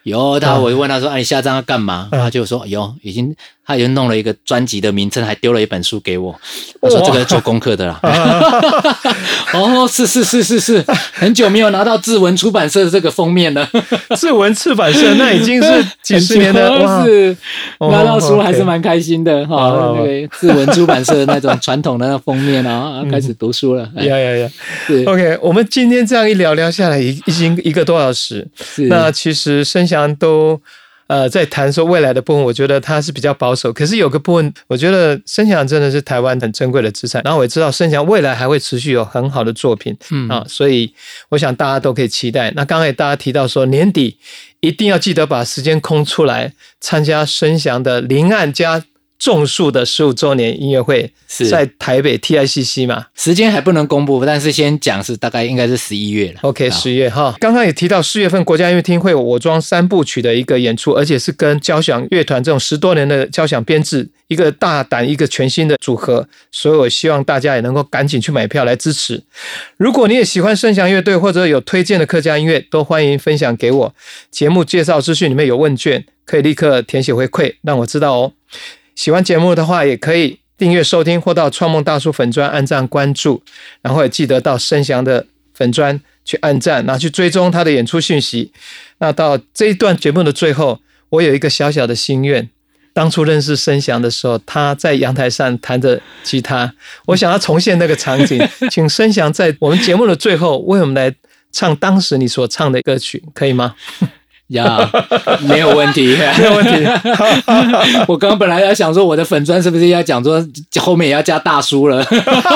有我问他说：“你下张要干嘛？”他就说：“他已经弄了一个专辑的名称，还丢了一本书给我。他说这个做功课的啦。”哦，是，很久没有拿到志文出版社的这个封面了。 志文出版社那已经是几十年的，哇， 是拿到书还是蛮开心的哈。那个志文出版社那种传统的那封面啊，开始读书了。 呀。OK， 我们今天这样一聊下来，已经1个多小时。那其实申翔都在谈说未来的部分，我觉得他是比较保守。可是有个部分，我觉得申翔真的是台湾很珍贵的资产。然后我也知道申翔未来还会持续有很好的作品，所以我想大家都可以期待。那刚才也大家提到说，年底一定要记得把时间空出来参加申翔的林岸加种树的15周年音乐会，在台北 TICC 嘛， 时间还不能公布，但是先讲是大概应该是11月了。 OK， 10月哈。刚刚也提到4月份国家音乐厅会有我庄3部曲的一个演出，而且是跟交响乐团这种10多年的交响编制，一个大胆一个全新的组合，所以我希望大家也能够赶紧去买票来支持。如果你也喜欢申翔乐队或者有推荐的客家音乐，都欢迎分享给我。节目介绍资讯里面有问卷，可以立刻填写回馈，让我知道哦。喜欢节目的话，也可以订阅收听或到创梦大叔粉专按赞关注，然后也记得到申翔的粉专去按赞，然后去追踪他的演出讯息。那到这一段节目的最后，我有一个小小的心愿。当初认识申翔的时候，他在阳台上弹着吉他，我想要重现那个场景，请申翔在我们节目的最后为我们来唱当时你所唱的歌曲，可以吗？ 没有问题， 没有问题。 我刚刚本来要想说，我的粉专是不是要讲说后面也要加大叔了？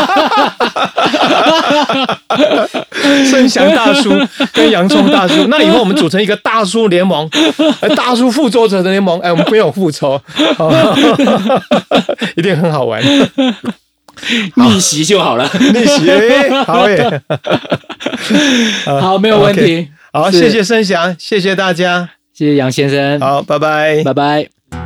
申翔大叔跟洋葱大叔，那以后我们组成一个大叔联盟，大叔复仇者的联盟。我们不用复仇，一定很好玩。 逆袭就好了， 逆袭，好耶， 好，没有问题。 Okay，好，谢谢申翔，谢谢大家， 谢谢杨先生， 好，拜拜， 拜拜。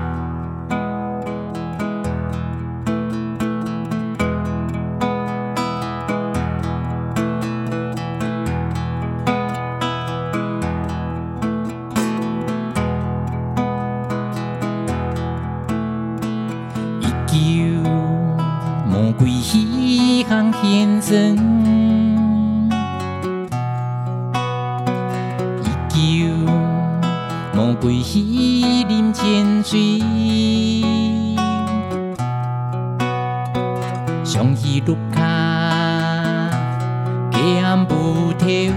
魔鬼希望现身，依旧魔鬼希林潜水，上希路卡减不跳，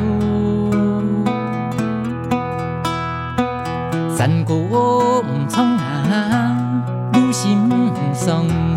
山歌唔冲下，女心唔松。